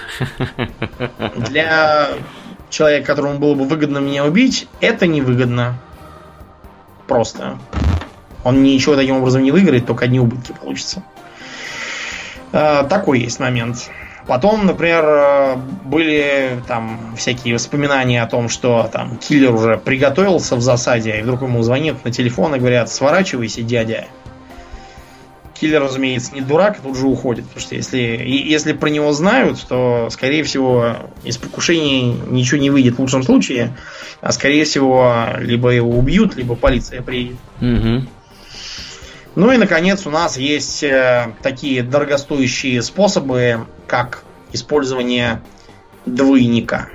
Для человека, которому было бы выгодно меня убить, это невыгодно. Просто. Он ничего таким образом не выиграет, только одни убытки получатся. Такой есть момент. Потом, например, были там всякие воспоминания о том, что там киллер уже приготовился в засаде, и вдруг ему звонят на телефон и говорят: сворачивайся, дядя. Киллер, разумеется, не дурак, тут же уходит. Потому что если, если про него знают, то, скорее всего, из покушения ничего не выйдет в лучшем случае. А, скорее всего, либо его убьют, либо полиция приедет. Угу. Ну и, наконец, у нас есть э, такие дорогостоящие способы, как использование двойника.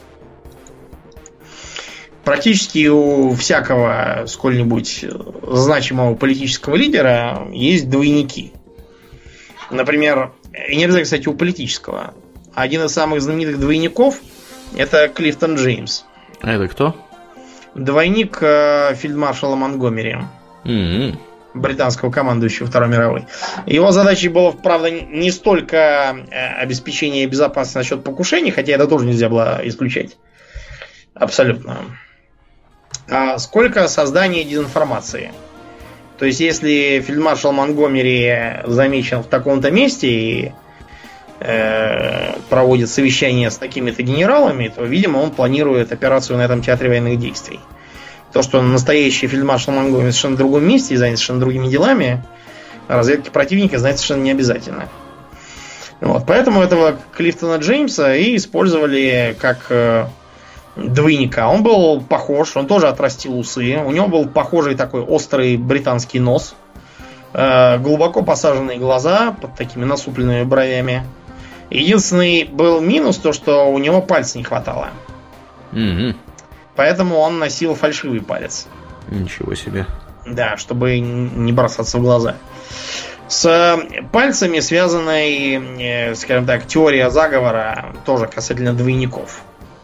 Практически у всякого сколь-нибудь значимого политического лидера есть двойники. Например, и не обязательно, кстати, у политического. Один из самых знаменитых двойников — это Клифтон Джеймс. А это кто? Двойник э, фельдмаршала Монтгомери. Mm-hmm. Британского командующего Второй мировой. Его задачей было, правда, не столько обеспечение безопасности насчет покушений, хотя это тоже нельзя было исключать. Абсолютно. а сколько создания дезинформации. То есть, если фельдмаршал Монгомери замечен в таком-то месте и э, проводит совещание с такими-то генералами, то, видимо, он планирует операцию на этом театре военных действий. То, что настоящий фельдмаршал Монгомери совершенно в другом месте и занят совершенно другими делами, разведки противника знать совершенно не обязательно. Вот, поэтому этого Клифтона Джеймса и использовали как э, двойника. Он был похож, он тоже отрастил усы. У него был похожий такой острый британский нос, э, глубоко посаженные глаза под такими насупленными бровями. Единственный был минус то, что у него пальца не хватало. Mm-hmm. Поэтому он носил фальшивый палец. Ничего себе. Да, чтобы не бросаться в глаза. С пальцами связана и, скажем так, теория заговора тоже касательно двойников.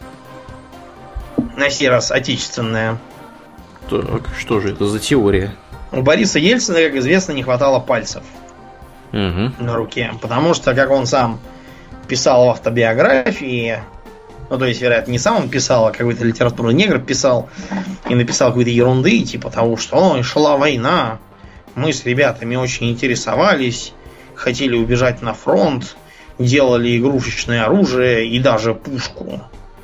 На сей раз отечественная. Так, что же это за теория? У Бориса Ельцина, как известно, не хватало пальцев угу. на руке. Потому что, как он сам писал в автобиографии, ну, то есть, вероятно, не сам он писал, а какой-то литературный негр писал и написал какой-то ерунды, типа того, что ой, шла война, мы с ребятами очень интересовались, хотели убежать на фронт, делали игрушечное оружие и даже пушку.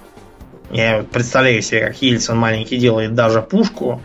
Я представляю себе, как Ельцин маленький делает даже пушку.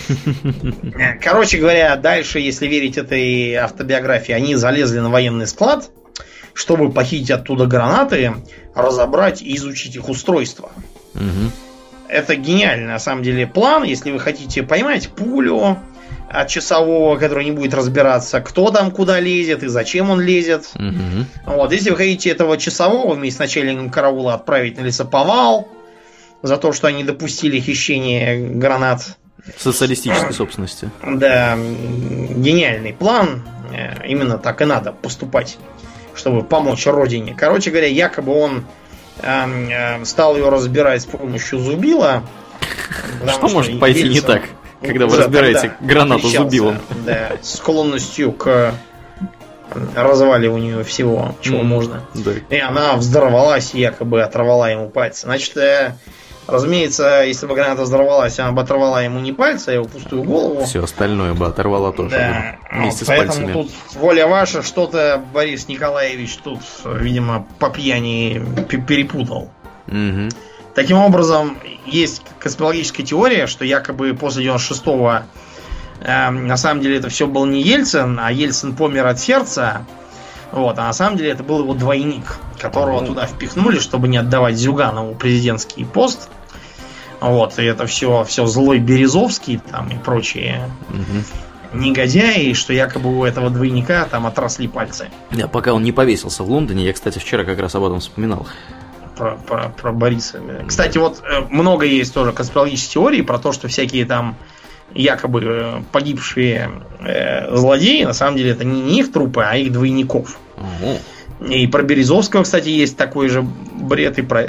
Короче говоря, дальше, если верить этой автобиографии, они залезли на военный склад, чтобы похитить оттуда гранаты, разобрать и изучить их устройство. Угу. Это гениальный, на самом деле, план. Если вы хотите поймать пулю от часового, который не будет разбираться, кто там куда лезет и зачем он лезет. Угу. Вот, если вы хотите этого часового вместе с начальником караула отправить на лесоповал за то, что они допустили хищение гранат социалистической собственности. Да, гениальный план. Именно так и надо поступать, чтобы помочь родине. Короче говоря, якобы он э, э, стал ее разбирать с помощью зубила. Что может пойти не так, когда вы разбираете гранату зубилом? Да, с склонностью к разваливанию всего, чего mm, можно. Да. И она взорвалась и якобы оторвала ему пальцы. Значит, э, разумеется, если бы граната взорвалась, она бы оторвала ему не пальцы, а его пустую голову. Все остальное бы оторвала тоже. Да. Вместе Вот, с поэтому пальцами. тут воля ваша, что-то Борис Николаевич тут, видимо, по пьяни перепутал. Угу. Таким образом, есть конспирологическая теория, что якобы после девяносто шестого э, на самом деле это все был не Ельцин, а Ельцин помер от сердца. Вот, а на самом деле это был его двойник, которого mm-hmm. туда впихнули, чтобы не отдавать Зюганову президентский пост. Вот, и это все, все злой Березовский там и прочие mm-hmm. негодяи, что якобы у этого двойника там отросли пальцы. Да, пока он не повесился в Лондоне, я, кстати, вчера как раз об этом вспоминал. Про, про, про Бориса. Кстати, вот много есть тоже конспирологических теорий про то, что всякие там якобы погибшие э, злодеи, на самом деле это не, не их трупы, а их двойников. Угу. И про Березовского, кстати, есть такой же бред, и про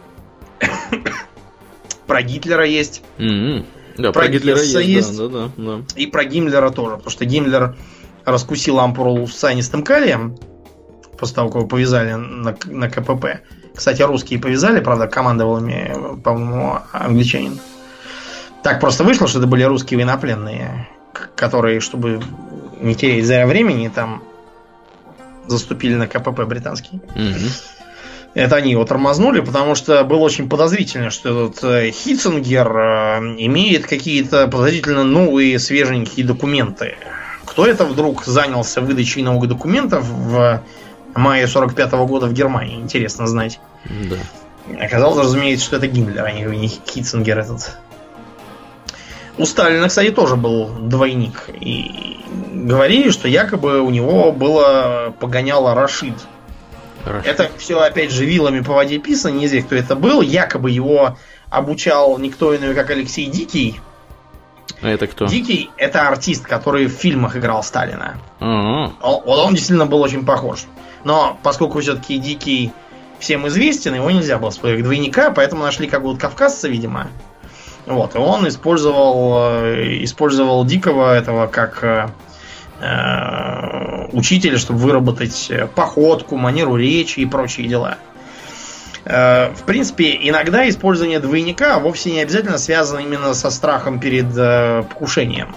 про Гитлера есть. Mm-hmm. Да, про, про Гитлера есть, есть. Да, да, да, да. И про Гиммлера тоже, потому что Гиммлер раскусил ампулу с цианистым калием после того, как его повязали на, на КПП. Кстати, русские повязали, правда, командовал ими, по-моему, англичанин. Так просто вышло, что это были русские военнопленные, которые, чтобы не терять зря времени, там заступили на КПП британский. Mm-hmm. Это они его тормознули, потому что было очень подозрительно, что этот э, Хитцингер э, имеет какие-то подозрительно новые свеженькие документы. Кто это вдруг занялся выдачей новых документов в мае сорок пятого года в Германии? Интересно знать. Да. Оказалось, разумеется, что это Гиммлер, а не Хитцингер этот. У Сталина, кстати, тоже был двойник. И говорили, что якобы у него было погоняло Рашид. Рашид. Это все, опять же, вилами по воде писано. Неизвестно, кто это был. Якобы его обучал никто иной, как Алексей Дикий. А это кто? Дикий — это артист, который в фильмах играл Сталина. А-а-а. Он, он действительно был очень похож. Но поскольку все-таки Дикий всем известен, его нельзя было спорить как двойника, поэтому нашли какого-то кавказца, видимо. Вот, и он использовал, использовал Дикого этого как э, учителя, чтобы выработать походку, манеру речи и прочие дела. Э, в принципе, иногда использование двойника вовсе не обязательно связано именно со страхом перед э, покушением.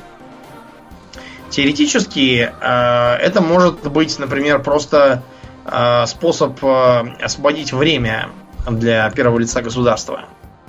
Теоретически, э, это может быть, например, просто э, способ э, освободить время для первого лица государства.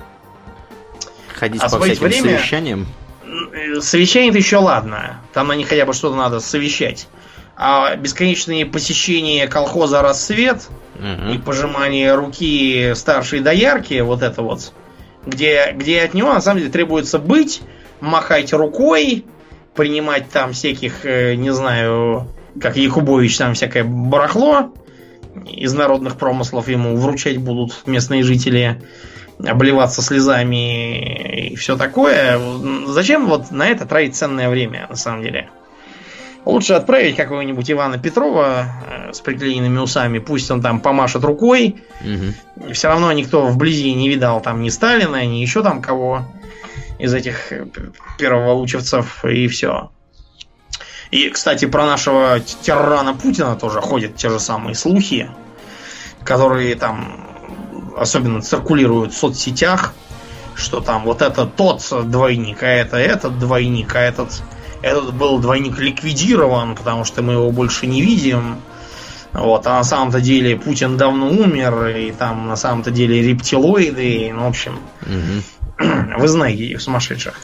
Ходить по всяким время, совещаниям? Совещание-то еще ладно. Там на них хотя бы что-то надо совещать. А бесконечные посещения колхоза «Рассвет» угу. и пожимание руки старшей доярки, вот это вот, где, где от него на самом деле требуется быть, махать рукой, принимать там всяких, не знаю, как Якубович, там всякое барахло из народных промыслов ему вручать будут местные жители, обливаться слезами и все такое. Зачем вот на это тратить ценное время, на самом деле? Лучше отправить какого-нибудь Ивана Петрова с приклеенными усами, пусть он там помашет рукой. Угу. Все равно никто вблизи не видал там ни Сталина, ни еще там кого из этих перволучевцев, и все. И, кстати, про нашего тирана Путина тоже ходят те же самые слухи, которые там особенно циркулируют в соцсетях, что там вот это тот двойник, а это этот двойник, а этот, этот был двойник ликвидирован, потому что мы его больше не видим. Вот, а на самом-то деле Путин давно умер, и там на самом-то деле рептилоиды, ну, в общем, угу. Вы знаете их сумасшедших.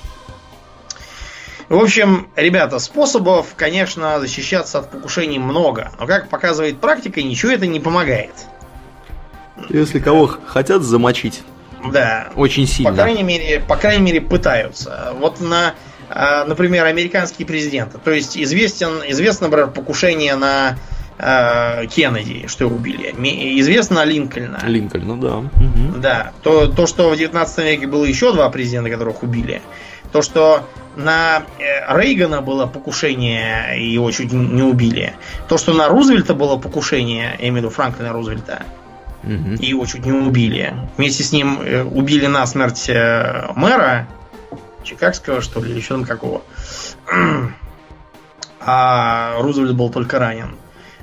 В общем, ребята, способов, конечно, защищаться от покушений много, но, как показывает практика, ничего это не помогает. Если кого хотят замочить, да, очень сильно. По крайней мере, по крайней мере, пытаются. Вот на, например, американские президенты. То есть известен, известно, например, покушение на э, Кеннеди, что его убили. Известно Линкольна. Линкольна, да. Угу. Да. То, то, что в девятнадцатом веке было еще два президента, которых убили. То, что на Рейгана было покушение, и его чуть не убили. То, что на Рузвельта было покушение, я имею в виду Франклина Рузвельта, угу. и его чуть не убили. Вместе с ним убили насмерть мэра Чикагского, что ли, или еще там какого. А Рузвельт был только ранен.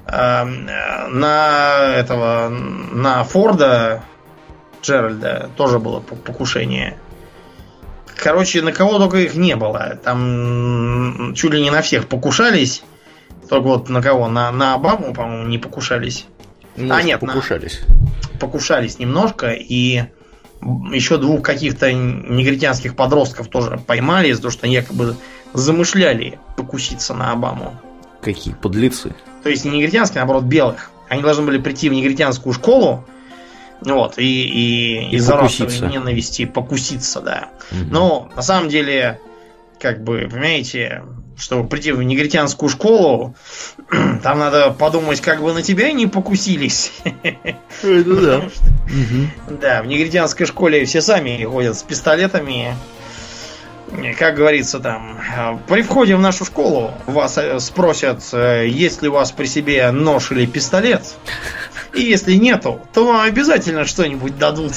На этого, на Форда Джеральда тоже было покушение. Короче, на кого только их не было. Там чуть ли не на всех покушались. Только вот на кого? На, на Обаму, по-моему, не покушались. Может, а нет, покушались. На... Покушались немножко. И еще двух каких-то негритянских подростков тоже поймали, из-за того, что они якобы замышляли покуситься на Обаму. Какие подлецы. То есть не негритянских, а наоборот белых. Они должны были прийти в негритянскую школу. Вот, и, и, и из-за расовой ненависти покуситься, да. Угу. Но на самом деле, как бы, понимаете, чтобы прийти в негритянскую школу, там надо подумать, как бы на тебя не покусились. Это да. Да, в негритянской школе все сами ходят с пистолетами. Как говорится там, при входе в нашу школу вас спросят, есть ли у вас при себе нож или пистолет. И если нету, то вам обязательно что-нибудь дадут.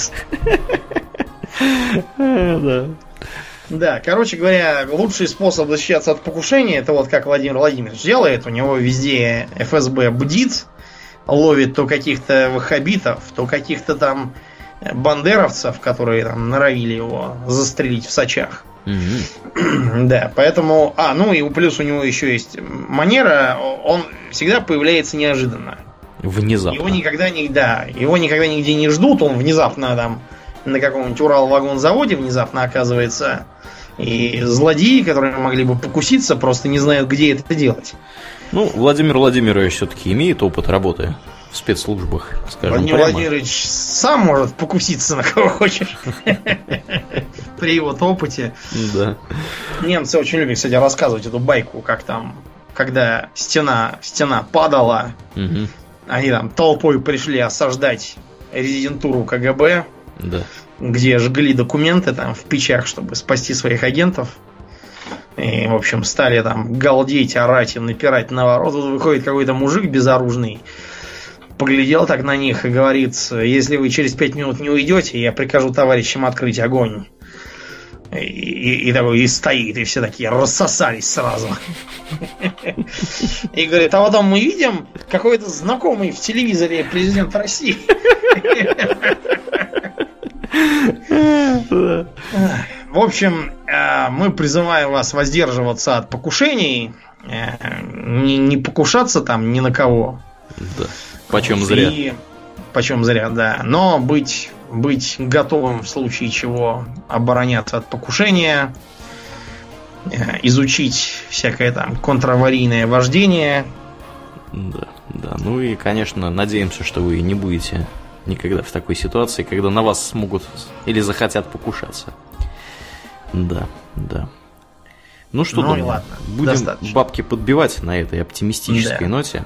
Да. Да, короче говоря, лучший способ защищаться от покушения, это вот как Владимир Владимирович делает. У него везде эф эс бэ бдит, ловит то каких-то ваххабитов, то каких-то там бандеровцев, которые там норовили его застрелить в Сочах. Mm-hmm. Да, поэтому... А, ну и плюс у него еще есть манера, он всегда появляется неожиданно. Внезапно. Его никогда не, да, его никогда нигде не ждут, он внезапно там на каком-нибудь Урал-вагонзаводе внезапно оказывается. И злодеи, которые могли бы покуситься, просто не знают, где это делать. Ну, Владимир Владимирович все-таки имеет опыт работы в спецслужбах, скажем Владимир прямо. Владимирович сам может покуситься на кого хочешь. При его опыте. Да. Немцы очень любят, кстати, рассказывать эту байку, как там, когда стена, стена падала, угу. Они там толпой пришли осаждать резидентуру ка гэ бэ, да. Где жгли документы там в печах, чтобы спасти своих агентов. И, в общем, стали там галдеть, орать и напирать на ворот. Тут выходит какой-то мужик безоружный, поглядел так на них и говорит: если вы через пять минут не уйдете, я прикажу товарищам открыть огонь. И, и, и такой и стоит, и все такие рассосались сразу. И говорит: а потом мы видим какой-то знакомый в телевизоре президент России. В общем, мы призываем вас воздерживаться от покушений, не, не покушаться там ни на кого. Да. Почем зря. И... Почем зря, да. Но быть, быть готовым в случае чего обороняться от покушения, изучить всякое там контраварийное вождение. Да, да. Ну и, конечно, надеемся, что вы не будете никогда в такой ситуации, когда на вас смогут или захотят покушаться. Да, да. Ну что, ну, Домнин, ладно, будем достаточно. Бабки подбивать на этой оптимистической да. ноте.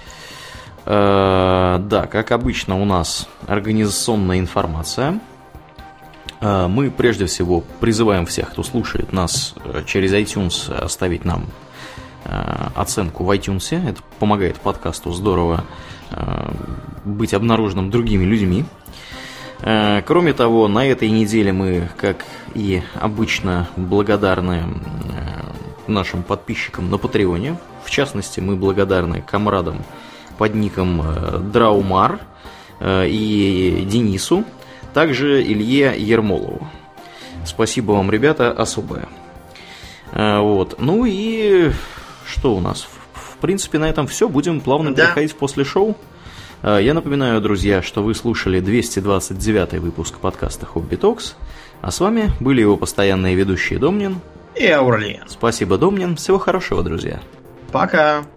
Э, да, как обычно у нас организационная информация. Э, мы прежде всего призываем всех, кто слушает нас через iTunes, оставить нам э, оценку в iTunes. Это помогает подкасту здорово э, быть обнаруженным другими людьми. Э, кроме того, на этой неделе мы, как и обычно, благодарны э, нашим подписчикам на Патреоне. В частности, мы благодарны комрадам под ником э, Драумар э, и Денису, также Илье Ермолову. Спасибо вам, ребята, особое. Э, вот. Ну и что у нас? В, в принципе, на этом все. Будем плавно да. переходить после шоу. Э, я напоминаю, друзья, что вы слушали двести двадцать девятый выпуск подкаста Hobby Talks, а с вами были его постоянные ведущие Домнин и Аурлиен. Спасибо, Домнин. Всего хорошего, друзья. Пока.